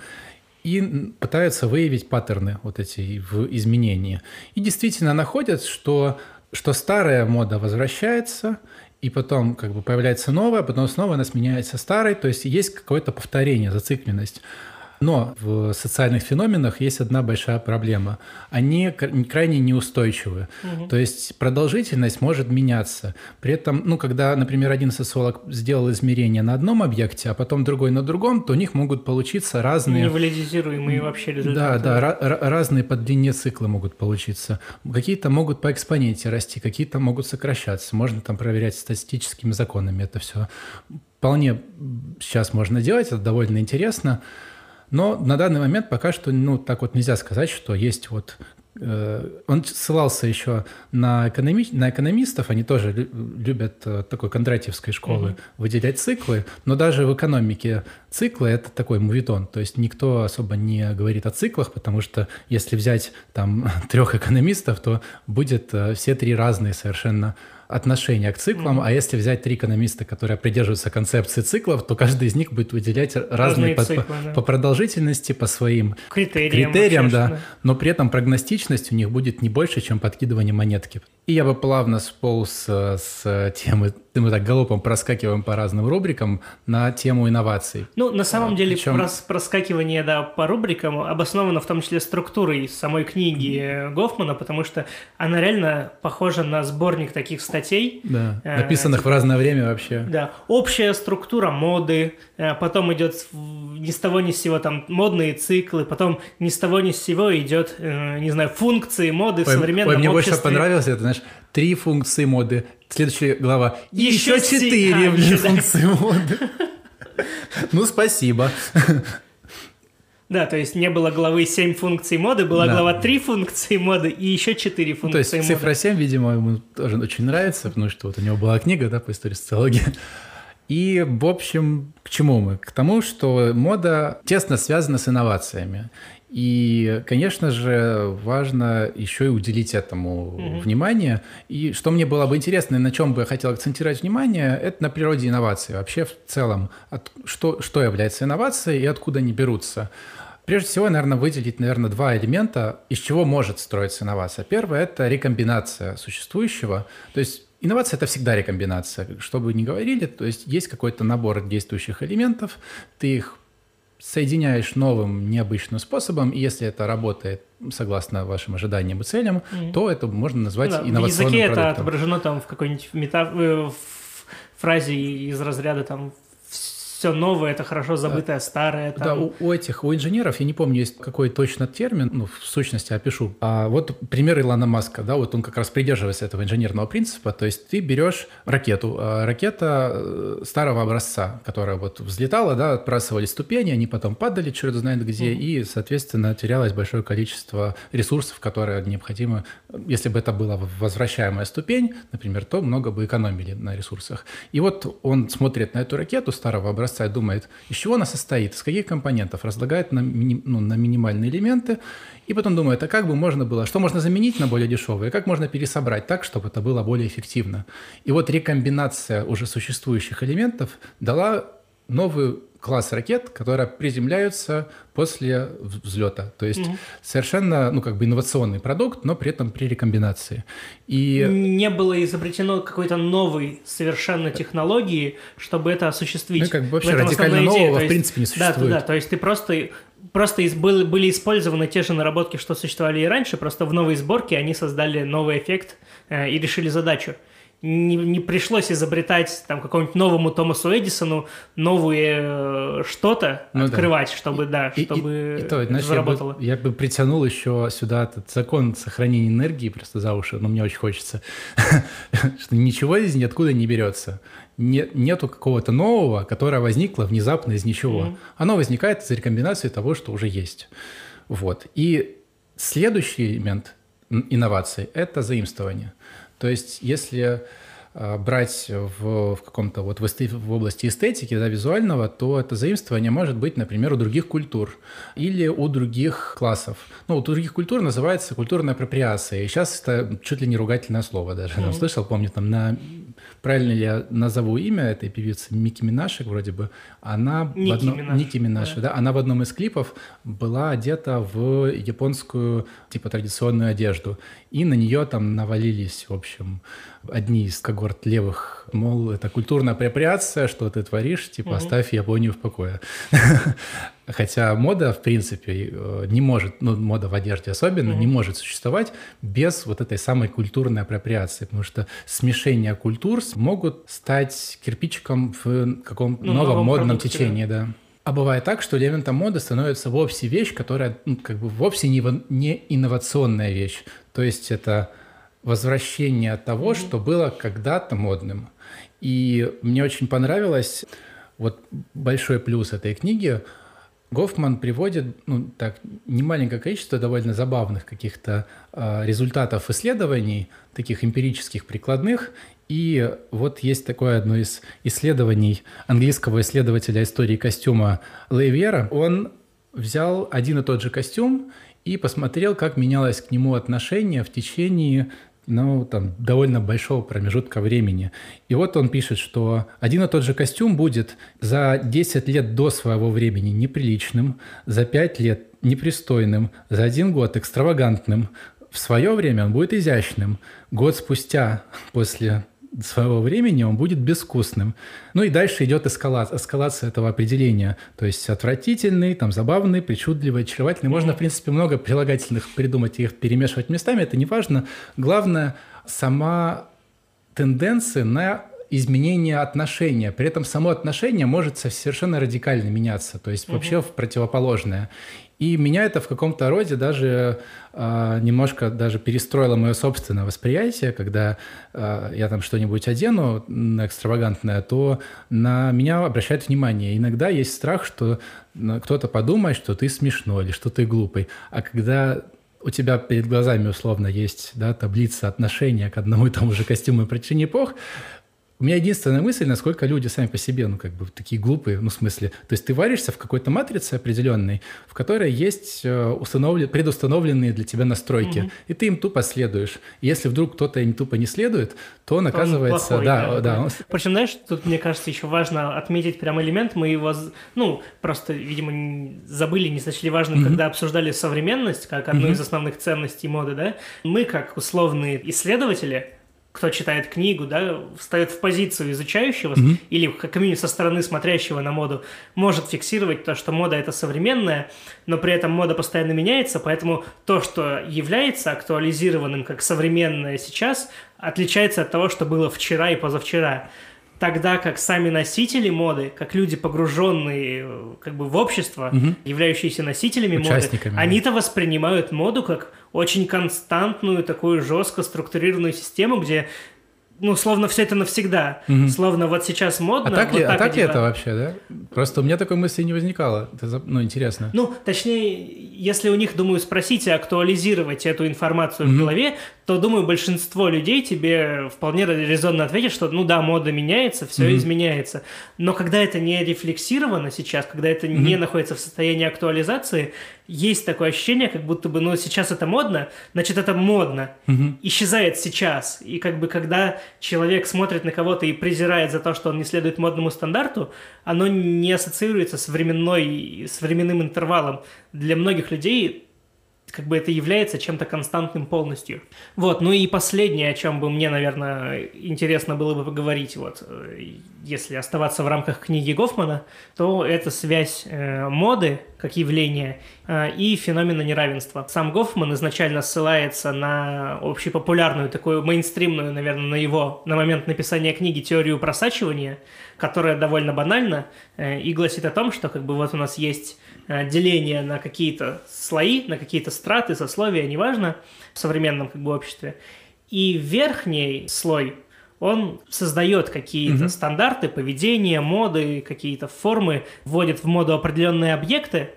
И пытаются выявить паттерны вот эти в изменении. И действительно находят, что, что старая мода возвращается, и потом как бы появляется новая, потом снова она сменяется старой, то есть есть какое-то повторение, зацикленность. Но в социальных феноменах есть одна большая проблема. Они крайне неустойчивы. Угу. То есть продолжительность может меняться. При этом, ну, когда, например, один социолог сделал измерение на одном объекте, а потом другой на другом, то у них могут получиться разные... Невалидизируемые вообще результаты. Да, да, ra- разные по длине циклы могут получиться. Какие-то могут по экспоненте расти, какие-то могут сокращаться. Можно там проверять статистическими законами это все. Вполне сейчас можно делать, это довольно интересно. Но на данный момент пока что, ну, так вот нельзя сказать, что есть вот... Э, он ссылался еще на, экономи, на экономистов, они тоже лю, любят э, такой кондратьевской школы mm-hmm. выделять циклы, но даже в экономике циклы – это такой мувитон, то есть никто особо не говорит о циклах, потому что если взять там трех экономистов, то будет э, все три разные совершенно отношение к циклам, mm-hmm. а если взять три экономиста, которые придерживаются концепции циклов, то каждый из них будет выделять разные, разные по, циклы, по, да. по продолжительности, по своим критериям, критериям вообще, да, да. но при этом прогностичность у них будет не больше, чем подкидывание монетки. И я бы плавно сполз с темы, мы так галопом проскакиваем по разным рубрикам на тему инноваций. Ну, на самом а, деле, причем... прос- проскакивание да, по рубрикам обосновано в том числе структурой самой книги Гофмана, потому что она реально похожа на сборник таких статей. Да, э, написанных типа, в разное время вообще. Да, общая структура моды, потом идет ни с того ни с сего там модные циклы, потом ни с того ни с сего идет, не знаю, функции моды в ой, современном ой, мне обществе. Больше понравилось это, знаешь, три функции моды. Следующая глава. Еще, Еще четыре а, функции да. моды. Ну, спасибо. Да, то есть не было главы семь функций моды, была да. глава три функции моды и еще четыре функции моды. То есть цифра семь, видимо, ему тоже очень нравится, потому что вот у него была книга, да, по истории социологии. И, в общем, к чему мы? К тому, что мода тесно связана с инновациями. И, конечно же, важно еще и уделить этому mm-hmm. внимание. И что мне было бы интересно, и на чем бы я хотел акцентировать внимание, это на природе инноваций. Вообще в целом, от, что, что является инновацией и откуда они берутся. Прежде всего, наверное, выделить, наверное, два элемента, из чего может строиться инновация. Первое – это рекомбинация существующего. То есть инновация – это всегда рекомбинация. Что бы ни говорили, то есть есть какой-то набор действующих элементов, ты их соединяешь новым, необычным способом, и если это работает согласно вашим ожиданиям и целям, mm-hmm. то это можно назвать ну, да, инновационным продуктом. В языке это отображено там в какой-нибудь метаф... в фразе из разряда там все новое, это хорошо забытое, да. старое. Там. Да, у, у этих, у инженеров, я не помню, есть какой точно термин, ну, в сущности опишу. А вот пример Илона Маска, да, вот он как раз придерживается этого инженерного принципа, то есть ты берешь ракету, а ракета старого образца, которая вот взлетала, да, отбрасывали ступени, они потом падали черт знает где, mm-hmm. и, соответственно, терялось большое количество ресурсов, которые необходимы. Если бы это была возвращаемая ступень, например, то много бы экономили на ресурсах. И вот он смотрит на эту ракету старого образца, и думает, из чего она состоит, из каких компонентов, разлагает на, мини, ну, на минимальные элементы, и потом думает, а как бы можно было, что можно заменить на более дешевое, как можно пересобрать так, чтобы это было более эффективно. И вот рекомбинация уже существующих элементов дала новый класс ракет, которые приземляются после взлета. То есть mm-hmm. совершенно, ну, как бы инновационный продукт, но при этом при рекомбинации. И... Не было изобретено какой-то новой совершенно технологии, чтобы это осуществить. Ну, как бы вообще радикально нового в принципе не существует. Да, да, да. То есть ты просто... Просто из, были, были использованы те же наработки, что существовали и раньше, просто в новой сборке они создали новый эффект э, и решили задачу. Не, не пришлось изобретать там какому-нибудь новому Томасу Эдисону новое э, что-то ну, открывать, да. чтобы, да, и, чтобы и, и, и то, это знаешь, заработало. Я бы, я бы притянул еще сюда этот закон сохранения энергии просто за уши, но мне очень хочется, что ничего из ниоткуда не берется. Не, нету какого-то нового, которое возникло внезапно из ничего. Mm-hmm. Оно возникает из рекомбинации того, что уже есть. Вот. И следующий элемент инноваций – это заимствование. То есть, если э, брать в, в каком-то вот в, эсте, в области эстетики, да, визуального, то это заимствование может быть, например, у других культур или у других классов. Ну, у других культур называется культурная апроприация. И сейчас это чуть ли не ругательное слово даже. Mm-hmm. Я слышал, помню, там на... Правильно ли я назову имя этой певицы? Мики Минашек вроде бы. Она Ники в одном... Минаж. Ники Минашек, да. да. Она в одном из клипов была одета в японскую типа традиционную одежду. И на нее там навалились, в общем, одни из когорт левых, мол, это культурная апроприация, что ты творишь, типа угу. оставь Японию в покое. Хотя мода, в принципе, не может, ну, мода в одежде особенно, mm-hmm. не может существовать без вот этой самой культурной апроприации, потому что смешение культур могут стать кирпичиком в каком-то ну, новом, новом модном продукте, течении, да. А бывает так, что элементом моды становится вовсе вещь, которая, ну, как бы вовсе не, не инновационная вещь. То есть это возвращение того, mm-hmm. что было когда-то модным. И мне очень понравилось, вот большой плюс этой книги – Гофман приводит, ну, так, немаленькое количество довольно забавных каких-то э, результатов исследований, таких эмпирических, прикладных. И вот есть такое одно из исследований английского исследователя истории костюма Лейвера. Он взял один и тот же костюм и посмотрел, как менялось к нему отношение в течение ну, там, довольно большого промежутка времени. И вот он пишет, что один и тот же костюм будет за десять лет до своего времени неприличным, за пять лет непристойным, за один год экстравагантным. В свое время он будет изящным. Год спустя после своего времени он будет безвкусным. Ну и дальше идет эскалация, эскалация этого определения. То есть отвратительный, там, забавный, причудливый, очаровательный. Можно, в принципе, много прилагательных придумать и их перемешивать местами. Это не важно. Главное – сама тенденция на изменение отношения. При этом само отношение может совершенно радикально меняться. То есть вообще в противоположное. И меня это в каком-то роде даже э, немножко даже перестроило мое собственное восприятие, когда э, я там что-нибудь одену экстравагантное, то на меня обращают внимание. Иногда есть страх, что кто-то подумает, что ты смешной или что ты глупый. А когда у тебя перед глазами условно есть, да, таблица отношения к одному и тому же костюму и причине эпох, у меня единственная мысль, насколько люди сами по себе, ну, как бы, такие глупые, ну, в смысле, то есть ты варишься в какой-то матрице определенной, в которой есть установлен, предустановленные для тебя настройки, mm-hmm. и ты им тупо следуешь. И если вдруг кто-то им тупо не следует, то он оказывается... Плохой, да, да, да, он... Причем, знаешь, тут, мне кажется, еще важно отметить прям элемент, мы его, ну, просто, видимо, забыли, не сочли важным, mm-hmm. когда обсуждали современность, как одну mm-hmm. из основных ценностей моды, да, мы, как условные исследователи, кто читает книгу, да, встает в позицию изучающего mm-hmm. или как минимум со стороны смотрящего на моду, может фиксировать то, что мода – это современная, но при этом мода постоянно меняется, поэтому то, что является актуализированным как современное сейчас, отличается от того, что было вчера и позавчера. Тогда как сами носители моды, как люди, погруженные как бы в общество, угу. являющиеся носителями моды, они-то воспринимают моду как очень константную, такую жестко структурированную систему, где, ну, словно все это навсегда. Угу. Словно вот сейчас модно. А так вот ли, так а так ли одевать. Это вообще, да? Просто у меня такой мысли не возникало. Это, ну, интересно. Ну, точнее, если у них, думаю, спросить и актуализировать эту информацию угу. в голове, то, думаю, большинство людей тебе вполне резонно ответит, что, ну да, мода меняется, все mm-hmm. изменяется. Но когда это не рефлексировано сейчас, когда это mm-hmm. не находится в состоянии актуализации, есть такое ощущение, как будто бы, ну, сейчас это модно, значит, это модно. Mm-hmm. Исчезает сейчас. И как бы, когда человек смотрит на кого-то и презирает за то, что он не следует модному стандарту, оно не ассоциируется с временной, с временным интервалом. Для многих людей как бы это является чем-то константным полностью. Вот, ну и последнее, о чем бы мне, наверное, интересно было бы поговорить, вот, если оставаться в рамках книги Гофмана, то это связь э, моды как явления э, и феномена неравенства. Сам Гофман изначально ссылается на общепопулярную, такую мейнстримную, наверное, на его, на момент написания книги, теорию просачивания, которая довольно банальна э, и гласит о том, что как бы вот у нас есть деление на какие-то слои, на какие-то страты, сословия, неважно, в современном как бы обществе. И верхний слой, он создает какие-то mm-hmm. стандарты поведения, моды, какие-то формы, вводит в моду определенные объекты,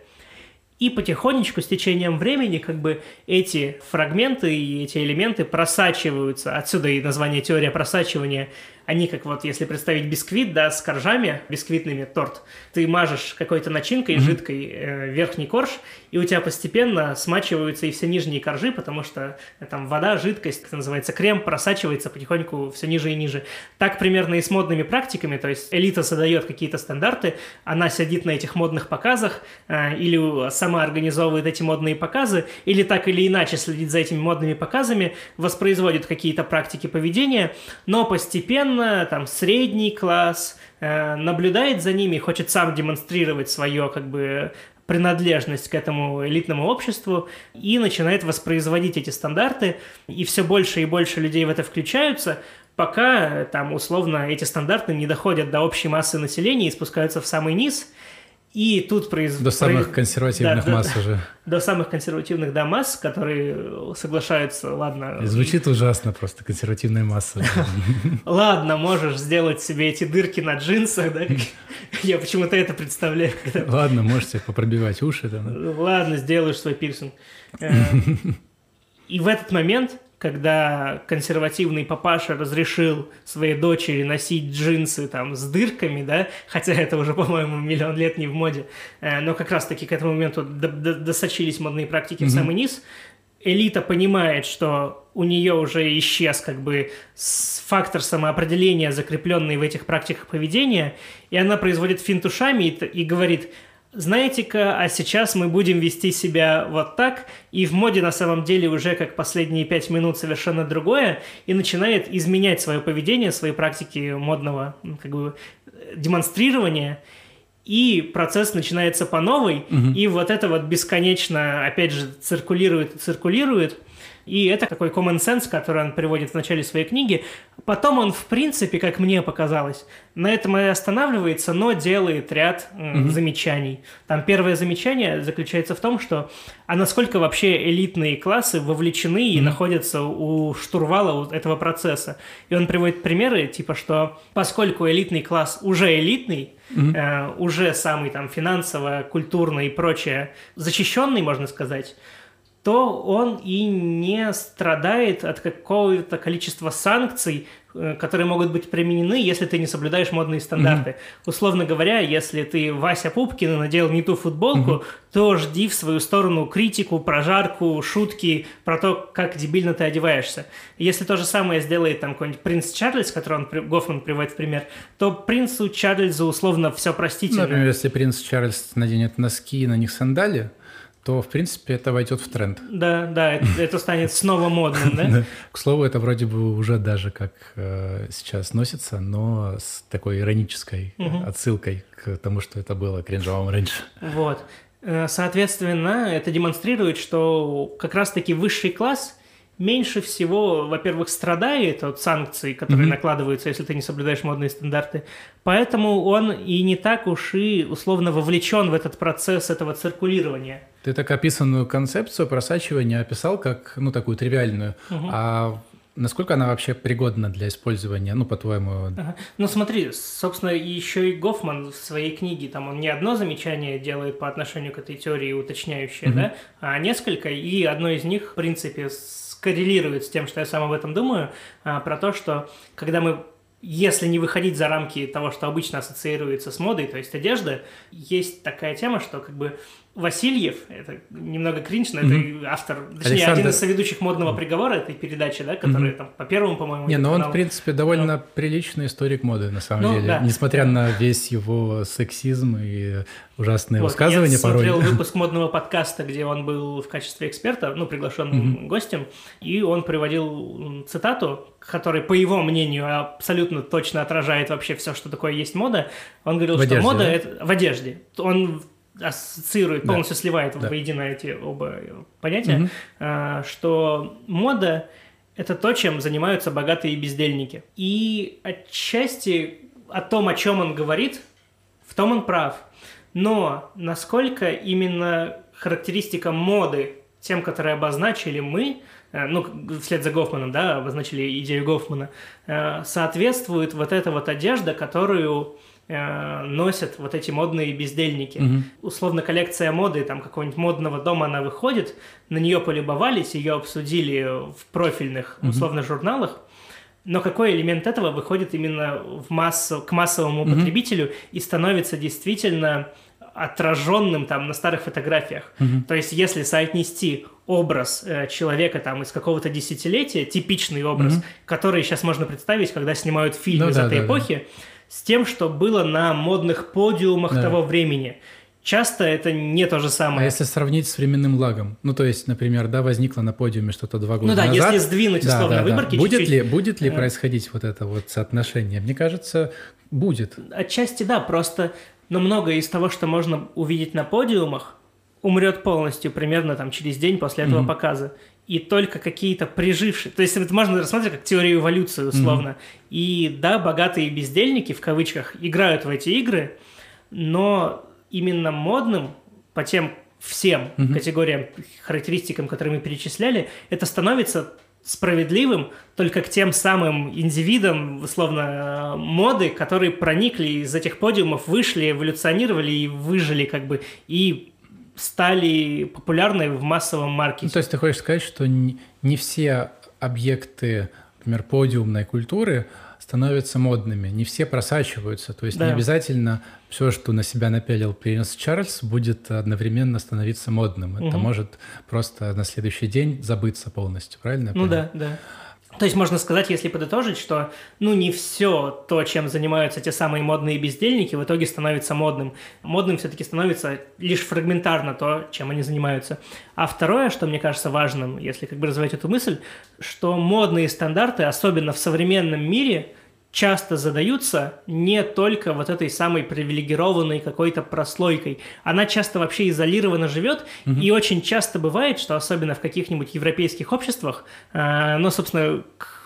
и потихонечку, с течением времени, как бы эти фрагменты и эти элементы просачиваются. Отсюда и название теория просачивания. Они как вот, если представить бисквит, да, с коржами, бисквитными торт, ты мажешь какой-то начинкой mm-hmm. жидкой э, верхний корж, и у тебя постепенно смачиваются и все нижние коржи, потому что э, там вода, жидкость, как это называется, крем просачивается потихоньку все ниже и ниже. Так примерно и с модными практиками, то есть элита задает какие-то стандарты, она сидит на этих модных показах э, или сама организовывает эти модные показы, или так или иначе следит за этими модными показами, воспроизводит какие-то практики поведения, но постепенно там средний класс э, наблюдает за ними, хочет сам демонстрировать свою как бы принадлежность к этому элитному обществу и начинает воспроизводить эти стандарты, и все больше и больше людей в это включаются, пока там условно эти стандарты не доходят до общей массы населения и спускаются в самый низ. И тут произ... До самых произ... консервативных да, масс да, уже. До самых консервативных, да, масс, которые соглашаются, ладно... Звучит ужасно просто, консервативная масса. Ладно, можешь сделать себе эти дырки на джинсах, да? Я почему-то это представляю. Ладно, можете попробивать уши. Ладно, сделаешь свой пирсинг. И в этот момент... когда консервативный папаша разрешил своей дочери носить джинсы там с дырками, да, хотя это уже, по-моему, миллион лет не в моде, но как раз-таки к этому моменту досочились модные практики mm-hmm. в самый низ, элита понимает, что у нее уже исчез как бы фактор самоопределения, закрепленный в этих практиках поведения, и она производит финт ушами и, и говорит: знаете-ка, а сейчас мы будем вести себя вот так, и в моде на самом деле уже как последние пять минут совершенно другое, и начинает изменять свое поведение, свои практики модного как бы демонстрирования, и процесс начинается по новой, угу. и вот это вот бесконечно, опять же, циркулирует и циркулирует. И это такой common sense, который он приводит в начале своей книги. Потом он, в принципе, как мне показалось, на этом и останавливается, но делает ряд э, mm-hmm. замечаний. Там первое замечание заключается в том, что а насколько вообще элитные классы вовлечены mm-hmm. и находятся у штурвала вот этого процесса. И он приводит примеры, типа, что поскольку элитный класс уже элитный, mm-hmm. э, уже самый там финансово, культурно и прочее защищенный, можно сказать, то он и не страдает от какого-то количества санкций, которые могут быть применены, если ты не соблюдаешь модные стандарты. Mm-hmm. Условно говоря, если ты Вася Пупкин и надел не ту футболку, mm-hmm. то жди в свою сторону критику, прожарку, шутки про то, как дебильно ты одеваешься. Если то же самое сделает там какой-нибудь принц Чарльз, который он, Гофман приводит в пример, то принцу Чарльзу условно все простительно. Например, если принц Чарльз наденет носки и на них сандали, то, в принципе, это войдет в тренд. Да, да, это, это станет снова модным, да? К слову, это вроде бы уже даже как э, сейчас носится, но с такой иронической угу. отсылкой к тому, что это было кринжовым раньше. Вот. Соответственно, это демонстрирует, что как раз-таки высший класс меньше всего, во-первых, страдает от санкций, которые mm-hmm. накладываются, если ты не соблюдаешь модные стандарты. Поэтому он и не так уж и условно вовлечен в этот процесс этого циркулирования. Ты так описанную концепцию просачивания описал как, ну, такую тривиальную. Mm-hmm. А насколько она вообще пригодна для использования, ну, по-твоему? Ага. Ну, смотри, собственно, еще и Гофман в своей книге, там он не одно замечание делает по отношению к этой теории, уточняющее, mm-hmm. да, а несколько, и одно из них, в принципе, коррелирует с тем, что я сам об этом думаю, а, про то, что когда мы, если не выходить за рамки того, что обычно ассоциируется с модой, то есть одежда, есть такая тема, что как бы Васильев, это немного кринж, но mm-hmm. это автор, точнее, Александр... один из соведущих «Модного приговора» этой передачи, да, которая mm-hmm. там по первому, по-моему... Не, но он, канал. В принципе, довольно но... приличный историк моды, на самом ну, деле, да. несмотря да. на весь его сексизм и ужасные вот, высказывания я порой. Я смотрел порой. выпуск «Модного подкаста», где он был в качестве эксперта, ну, приглашенным mm-hmm. гостем, и он приводил цитату, которая, по его мнению, абсолютно точно отражает вообще все, что такое есть мода. Он говорил, в что одежде, мода да? – это в одежде. Он ассоциирует, полностью да. сливает да. воедино эти оба понятия, угу. что мода – это то, чем занимаются богатые бездельники. И отчасти о том, о чем он говорит, в том он прав. Но насколько именно характеристика моды, тем, которые обозначили мы, ну, вслед за Гофманом, да, обозначили идею Гофмана, соответствует вот эта вот одежда, которую носят вот эти модные бездельники. Mm-hmm. Условно, коллекция моды там какого-нибудь модного дома, она выходит, на нее полюбовались, ее обсудили в профильных, mm-hmm. условно, журналах, но какой элемент этого выходит именно в массу, к массовому mm-hmm. потребителю и становится действительно отраженным там на старых фотографиях. Mm-hmm. То есть, если соотнести образ э, человека там из какого-то десятилетия, типичный образ, mm-hmm. который сейчас можно представить, когда снимают фильм ну, из да, этой да, эпохи, да. с тем, что было на модных подиумах да. того времени. Часто это не то же самое. А если сравнить с временным лагом? Ну, то есть, например, да, возникло на подиуме что-то два года назад. Ну да, назад. если сдвинуть условно да, да, выборки да. Будет чуть-чуть... ли, будет ли происходить вот это вот соотношение? Мне кажется, будет. Отчасти да, просто... Но многое из того, что можно увидеть на подиумах, умрет полностью примерно там через день после этого mm-hmm. показа. И только какие-то прижившие... То есть это можно рассматривать как теорию эволюции, условно. Mm-hmm. И да, богатые бездельники, в кавычках, играют в эти игры, но именно модным по тем всем mm-hmm. категориям, характеристикам, которые мы перечисляли, это становится справедливым только к тем самым индивидам, условно, моды, которые проникли из этих подиумов, вышли, эволюционировали и выжили как бы, и стали популярны в массовом маркете. Ну, то есть ты хочешь сказать, что не, не все объекты, например, подиумной культуры становятся модными, не все просачиваются. То есть да. не обязательно все, что на себя напялил принц Чарльз, будет одновременно становиться модным. Угу. Это может просто на следующий день забыться полностью, правильно? Ну да, да. То есть можно сказать, если подытожить, что ну не все то, чем занимаются те самые модные бездельники, в итоге становится модным. Модным все-таки становится лишь фрагментарно то, чем они занимаются. А второе, что мне кажется важным, если как бы развивать эту мысль, что модные стандарты, особенно в современном мире, часто задаются не только вот этой самой привилегированной какой-то прослойкой. Она часто вообще изолированно живет, угу. и очень часто бывает, что особенно в каких-нибудь европейских обществах, э, ну, собственно,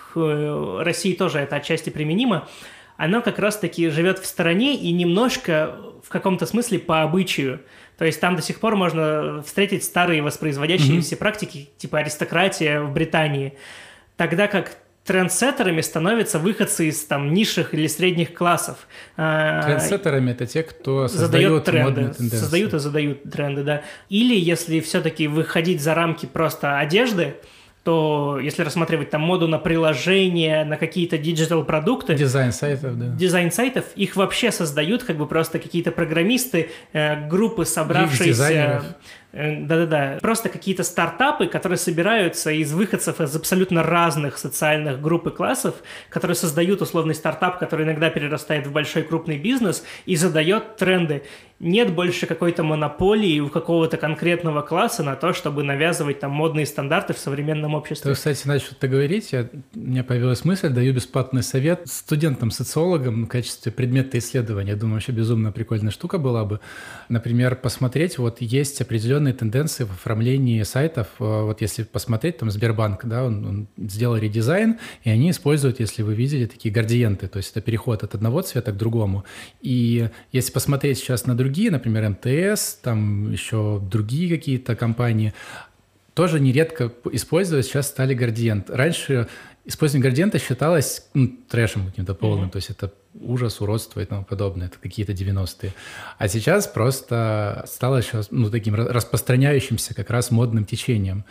к России тоже это отчасти применимо, оно как раз-таки живет в стороне и немножко в каком-то смысле по обычаю. То есть там до сих пор можно встретить старые воспроизводящиеся угу. практики, типа аристократия в Британии, тогда как трендсеттерами становятся выходцы из там низших или средних классов. Трендсеттерами это те, кто создает тренды, создают и задают тренды, да. Или если все-таки выходить за рамки просто одежды, то если рассматривать там моду на приложения, на какие-то диджитал-продукты... Дизайн сайтов, да. Дизайн сайтов, их вообще создают как бы просто какие-то программисты, э, группы, собравшиеся... Да-да-да. Просто какие-то стартапы, которые собираются из выходцев из абсолютно разных социальных групп и классов, которые создают условный стартап, который иногда перерастает в большой крупный бизнес и задает тренды. Нет больше какой-то монополии у какого-то конкретного класса на то, чтобы навязывать там модные стандарты в современном обществе. Ты, кстати, начал это говорить, я, у меня появилась мысль, даю бесплатный совет студентам-социологам в качестве предмета исследования. Я думаю, вообще безумно прикольная штука была бы. Например, посмотреть, вот есть определенные тенденции в оформлении сайтов. Вот если посмотреть, там Сбербанк, да, он, он сделал редизайн, и они используют, если вы видели, такие градиенты, то есть это переход от одного цвета к другому. И если посмотреть сейчас на другие, например, эм тэ эс, там еще другие какие-то компании, тоже нередко использовать сейчас стали градиент. Раньше использование градиента считалось ну, трэшем каким-то полным, mm-hmm. то есть это ужас, уродство и тому подобное, это какие-то девяностые. А сейчас просто стало сейчас, ну, таким распространяющимся как раз модным течением.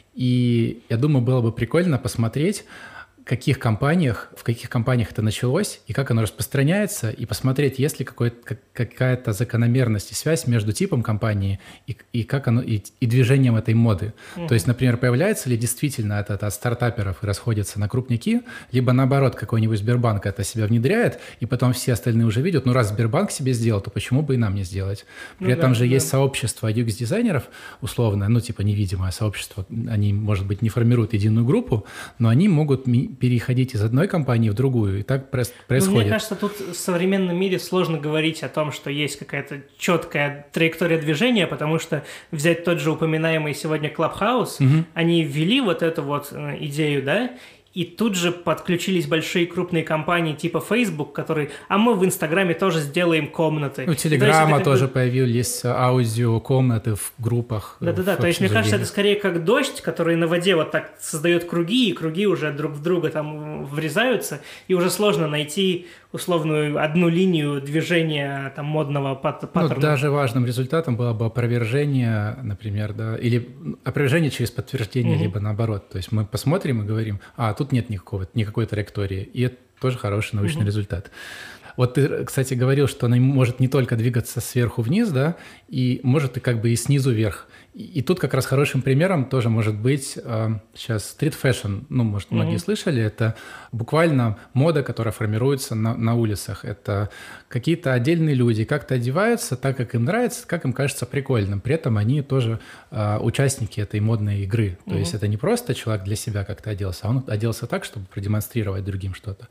И я думаю, было бы прикольно посмотреть, в каких компаниях, в каких компаниях это началось и как оно распространяется, и посмотреть, есть ли какой-то, какая-то закономерность и связь между типом компании и, и, как оно, и, и движением этой моды. Mm-hmm. То есть, например, появляется ли действительно это, это от стартаперов и расходится на крупники, либо наоборот, какой-нибудь Сбербанк это себя внедряет, и потом все остальные уже видят, ну раз Сбербанк себе сделал, то почему бы и нам не сделать? При ну, этом да, же да. есть сообщество ю экс-дизайнеров, условно, ну типа невидимое сообщество, они, может быть, не формируют единую группу, но они могут ми- переходить из одной компании в другую, и так происходит. Ну, мне кажется, тут в современном мире сложно говорить о том, что есть какая-то четкая траектория движения, потому что взять тот же упоминаемый сегодня Clubhouse, угу. они ввели вот эту вот идею, да, и тут же подключились большие крупные компании типа Facebook, которые, а мы в Инстаграме тоже сделаем комнаты. У Телеграма то тоже бы... появились аудиокомнаты в группах. Да-да-да, то есть мне кажется, это скорее как дождь, который на воде вот так создает круги, и круги уже друг в друга там врезаются, и уже сложно найти условную одну линию движения там модного паттерна. Ну, даже важным результатом было бы опровержение, например, да, или опровержение через подтверждение, угу. либо наоборот. То есть мы посмотрим и говорим, а тут нет никакого, никакой траектории, и это тоже хороший научный угу. результат. Вот ты, кстати, говорил, что она может не только двигаться сверху вниз, да, и может и как бы и снизу вверх. И, и тут как раз хорошим примером тоже может быть э, сейчас стрит-фэшн. Ну, может, многие mm-hmm. слышали, это буквально мода, которая формируется на, на улицах. Это какие-то отдельные люди как-то одеваются так, как им нравится, как им кажется прикольным. При этом они тоже э, участники этой модной игры. То mm-hmm. есть это не просто человек для себя как-то оделся, а он оделся так, чтобы продемонстрировать другим что-то.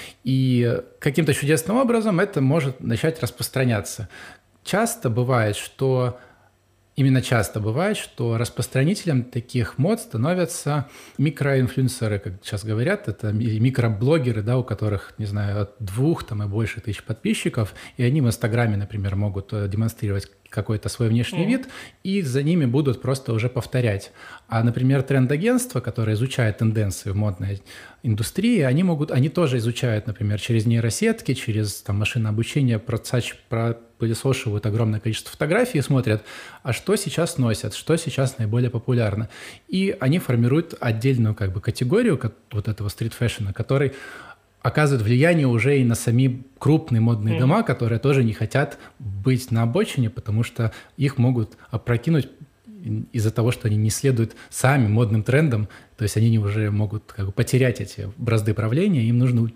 И каким-то чудесным образом это может начать распространяться. Часто бывает, что Именно часто бывает, что распространителем таких мод становятся микроинфлюенсеры, как сейчас говорят, это микроблогеры, да, у которых, не знаю, от двух там, и больше тысяч подписчиков, и они в Инстаграме, например, могут демонстрировать какой-то свой внешний mm. вид, и за ними будут просто уже повторять. А, например, тренд-агентства, которые изучают тенденции в модной индустрии, они могут, они тоже изучают, например, через нейросетки, через там, машинное обучение, процач, пропылесошивают огромное количество фотографий и смотрят, а что сейчас носят, что сейчас наиболее популярно. И они формируют отдельную как бы, категорию вот этого стрит-фэшена, который оказывают влияние уже и на сами крупные модные mm. дома, которые тоже не хотят быть на обочине, потому что их могут опрокинуть из-за того, что они не следуют сами модным трендам, то есть они уже могут как бы потерять эти бразды правления, им нужно,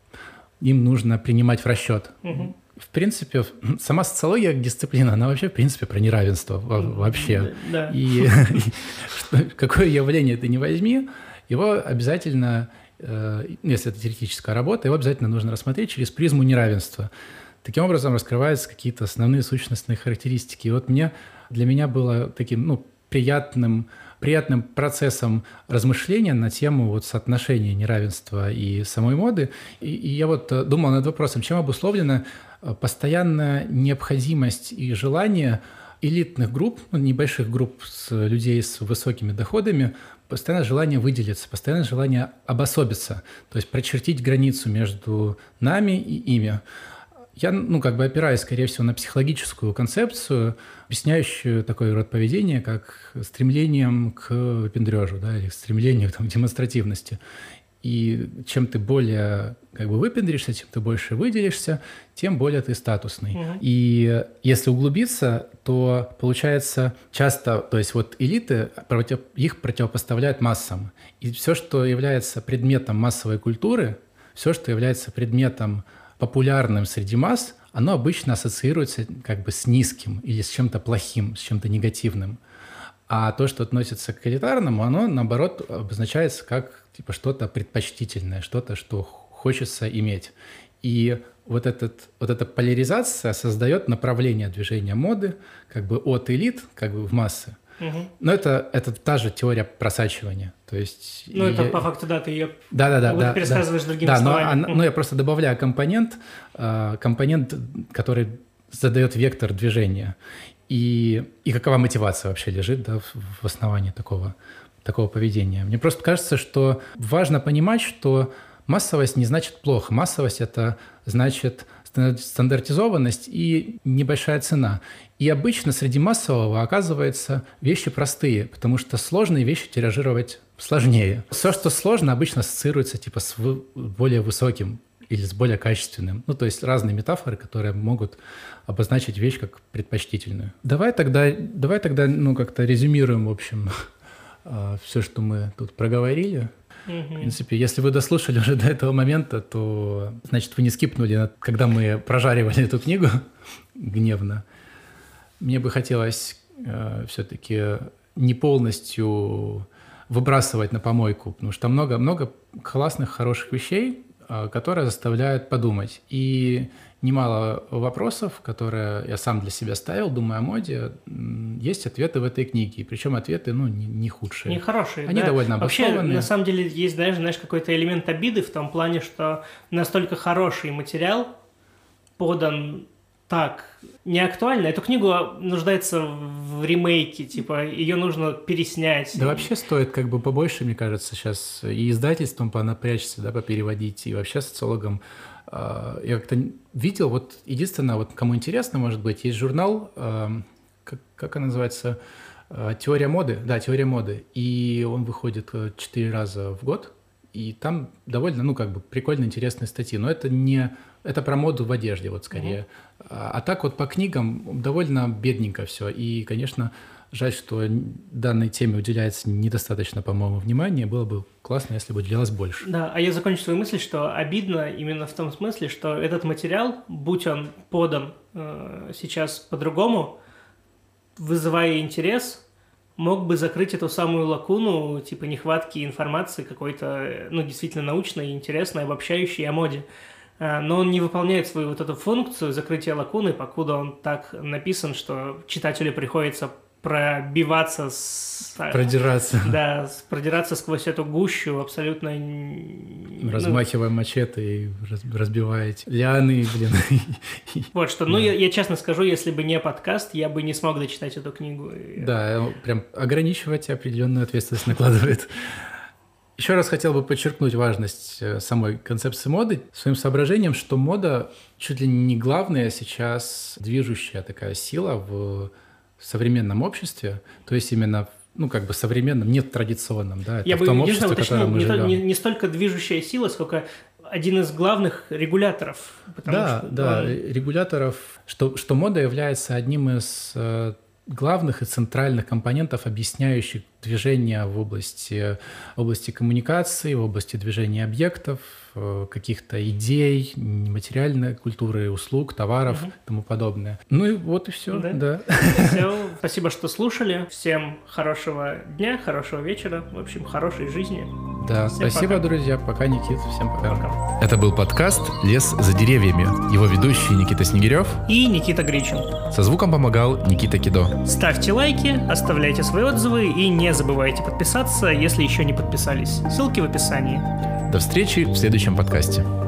им нужно принимать в расчет. Mm-hmm. В принципе, сама социология как дисциплина, она вообще, в принципе, про неравенство вообще. Да. И какое явление ты не возьми, его обязательно, если это теоретическая работа, его обязательно нужно рассмотреть через призму неравенства. Таким образом раскрываются какие-то основные сущностные характеристики. И вот мне, для меня было таким ну, приятным, приятным процессом размышления на тему вот соотношения неравенства и самой моды. И, и я вот думал над вопросом, чем обусловлена постоянная необходимость и желание элитных групп, ну, небольших групп с людей с высокими доходами, постоянное желание выделиться, постоянное желание обособиться, то есть прочертить границу между нами и ими. Я, ну, как бы опираюсь, скорее всего, на психологическую концепцию, объясняющую такой род поведения, как стремлением к выпендрежу, да, или стремлением там, к демонстративности. И чем ты более как бы выпендришься, чем ты больше выделишься, тем более ты статусный. Mm-hmm. И если углубиться, то получается часто, то есть вот элиты, против, их противопоставляют массам. И все, что является предметом массовой культуры, все, что является предметом популярным среди масс, оно обычно ассоциируется как бы с низким или с чем-то плохим, с чем-то негативным. А то, что относится к элитарному, оно, наоборот, обозначается как типа что-то предпочтительное, что-то, что хочется иметь. И вот, этот, вот эта поляризация создает направление движения моды как бы от элит как бы в массы. Угу. Но это, это та же теория просачивания. То есть, ну, я... это по факту, да, ты ее да, да, да, вот да, пересказываешь да, другими да, словами. Но, она, ну, я просто добавляю компонент, компонент, который задает вектор движения. И, и какова мотивация вообще лежит да, в, в основании такого, такого поведения. Мне просто кажется, что важно понимать, что массовость не значит плохо. Массовость – это значит стандартизованность и небольшая цена. И обычно среди массового оказываются вещи простые, потому что сложные вещи тиражировать сложнее. Все, что сложно, обычно ассоциируется типа с более высоким или с более качественным. Ну, то есть разные метафоры, которые могут обозначить вещь как предпочтительную. Давай тогда, давай тогда ну, как-то резюмируем, в общем, все, что мы тут проговорили. Mm-hmm. В принципе, если вы дослушали уже до этого момента, то, значит, вы не скипнули, когда мы прожаривали эту книгу гневно. Мне бы хотелось э, все-таки не полностью выбрасывать на помойку, потому что много-много классных, хороших вещей, которые заставляют подумать. И немало вопросов, которые я сам для себя ставил, думая о моде, есть ответы в этой книге. Причем ответы, ну, не, не худшие. Не хорошие, Они да? довольно обоснованные. Вообще, на самом деле, есть даже, знаешь, какой-то элемент обиды в том плане, что настолько хороший материал подан так не актуально. Эту книгу нуждается в ремейке, типа ее нужно переснять. Да вообще стоит как бы побольше, мне кажется, сейчас и издательством понапрячься, да, попереводить, и вообще социологам. Э, я как-то видел, вот единственное, вот кому интересно, может быть, есть журнал, э, как, как он называется, э, «Теория моды», да, «Теория моды», и он выходит четыре раза в год, и там довольно, ну, как бы прикольно интересные статьи, но это не... Это про моду в одежде, вот скорее. Mm-hmm. А, а так вот по книгам довольно бедненько все. И, конечно, жаль, что данной теме уделяется недостаточно, по-моему, внимания. Было бы классно, если бы уделялось больше. Да, а я закончу свою мысль, что обидно именно в том смысле, что этот материал, будь он подан э, сейчас по-другому, вызывая интерес, мог бы закрыть эту самую лакуну, типа нехватки информации какой-то, ну, действительно научной, интересной, обобщающей о моде. Но он не выполняет свою вот эту функцию закрытия лакуны, покуда он так написан, что читателю приходится пробиваться с... Продираться. Да, продираться сквозь эту гущу абсолютно... Размахивая ну... мачете и разбиваете лианы, блин. Вот что, ну, я, я честно скажу, если бы не подкаст, я бы не смог дочитать эту книгу. Да, прям ограничивать определенную ответственность накладывает. Еще раз хотел бы подчеркнуть важность самой концепции моды своим соображением, что мода чуть ли не главная сейчас движущая такая сила в современном обществе, то есть именно ну, как бы современном, не традиционном, да, это Я в том бы, обществе, в котором мы не, живем. Не, не столько движущая сила, сколько один из главных регуляторов. Да, что да, он... регуляторов, что, что мода является одним из э, главных и центральных компонентов, объясняющих движение в области, в области коммуникации, в области движения объектов, каких-то идей, материальной культуры, услуг, товаров угу. и тому подобное. Ну и вот и все. Да. Да. Все. Спасибо, что слушали. Всем хорошего дня, хорошего вечера, в общем, хорошей жизни. Да, Всем спасибо, пока. друзья. Пока, Никит. Всем пока. Пока. Это был подкаст «Лес за деревьями». Его ведущий Никита Снегирев и Никита Гричин. Со звуком помогал Никита Кидо. Ставьте лайки, оставляйте свои отзывы и не забывайте подписаться, если еще не подписались. Ссылки в описании. До встречи в следующем подкасте.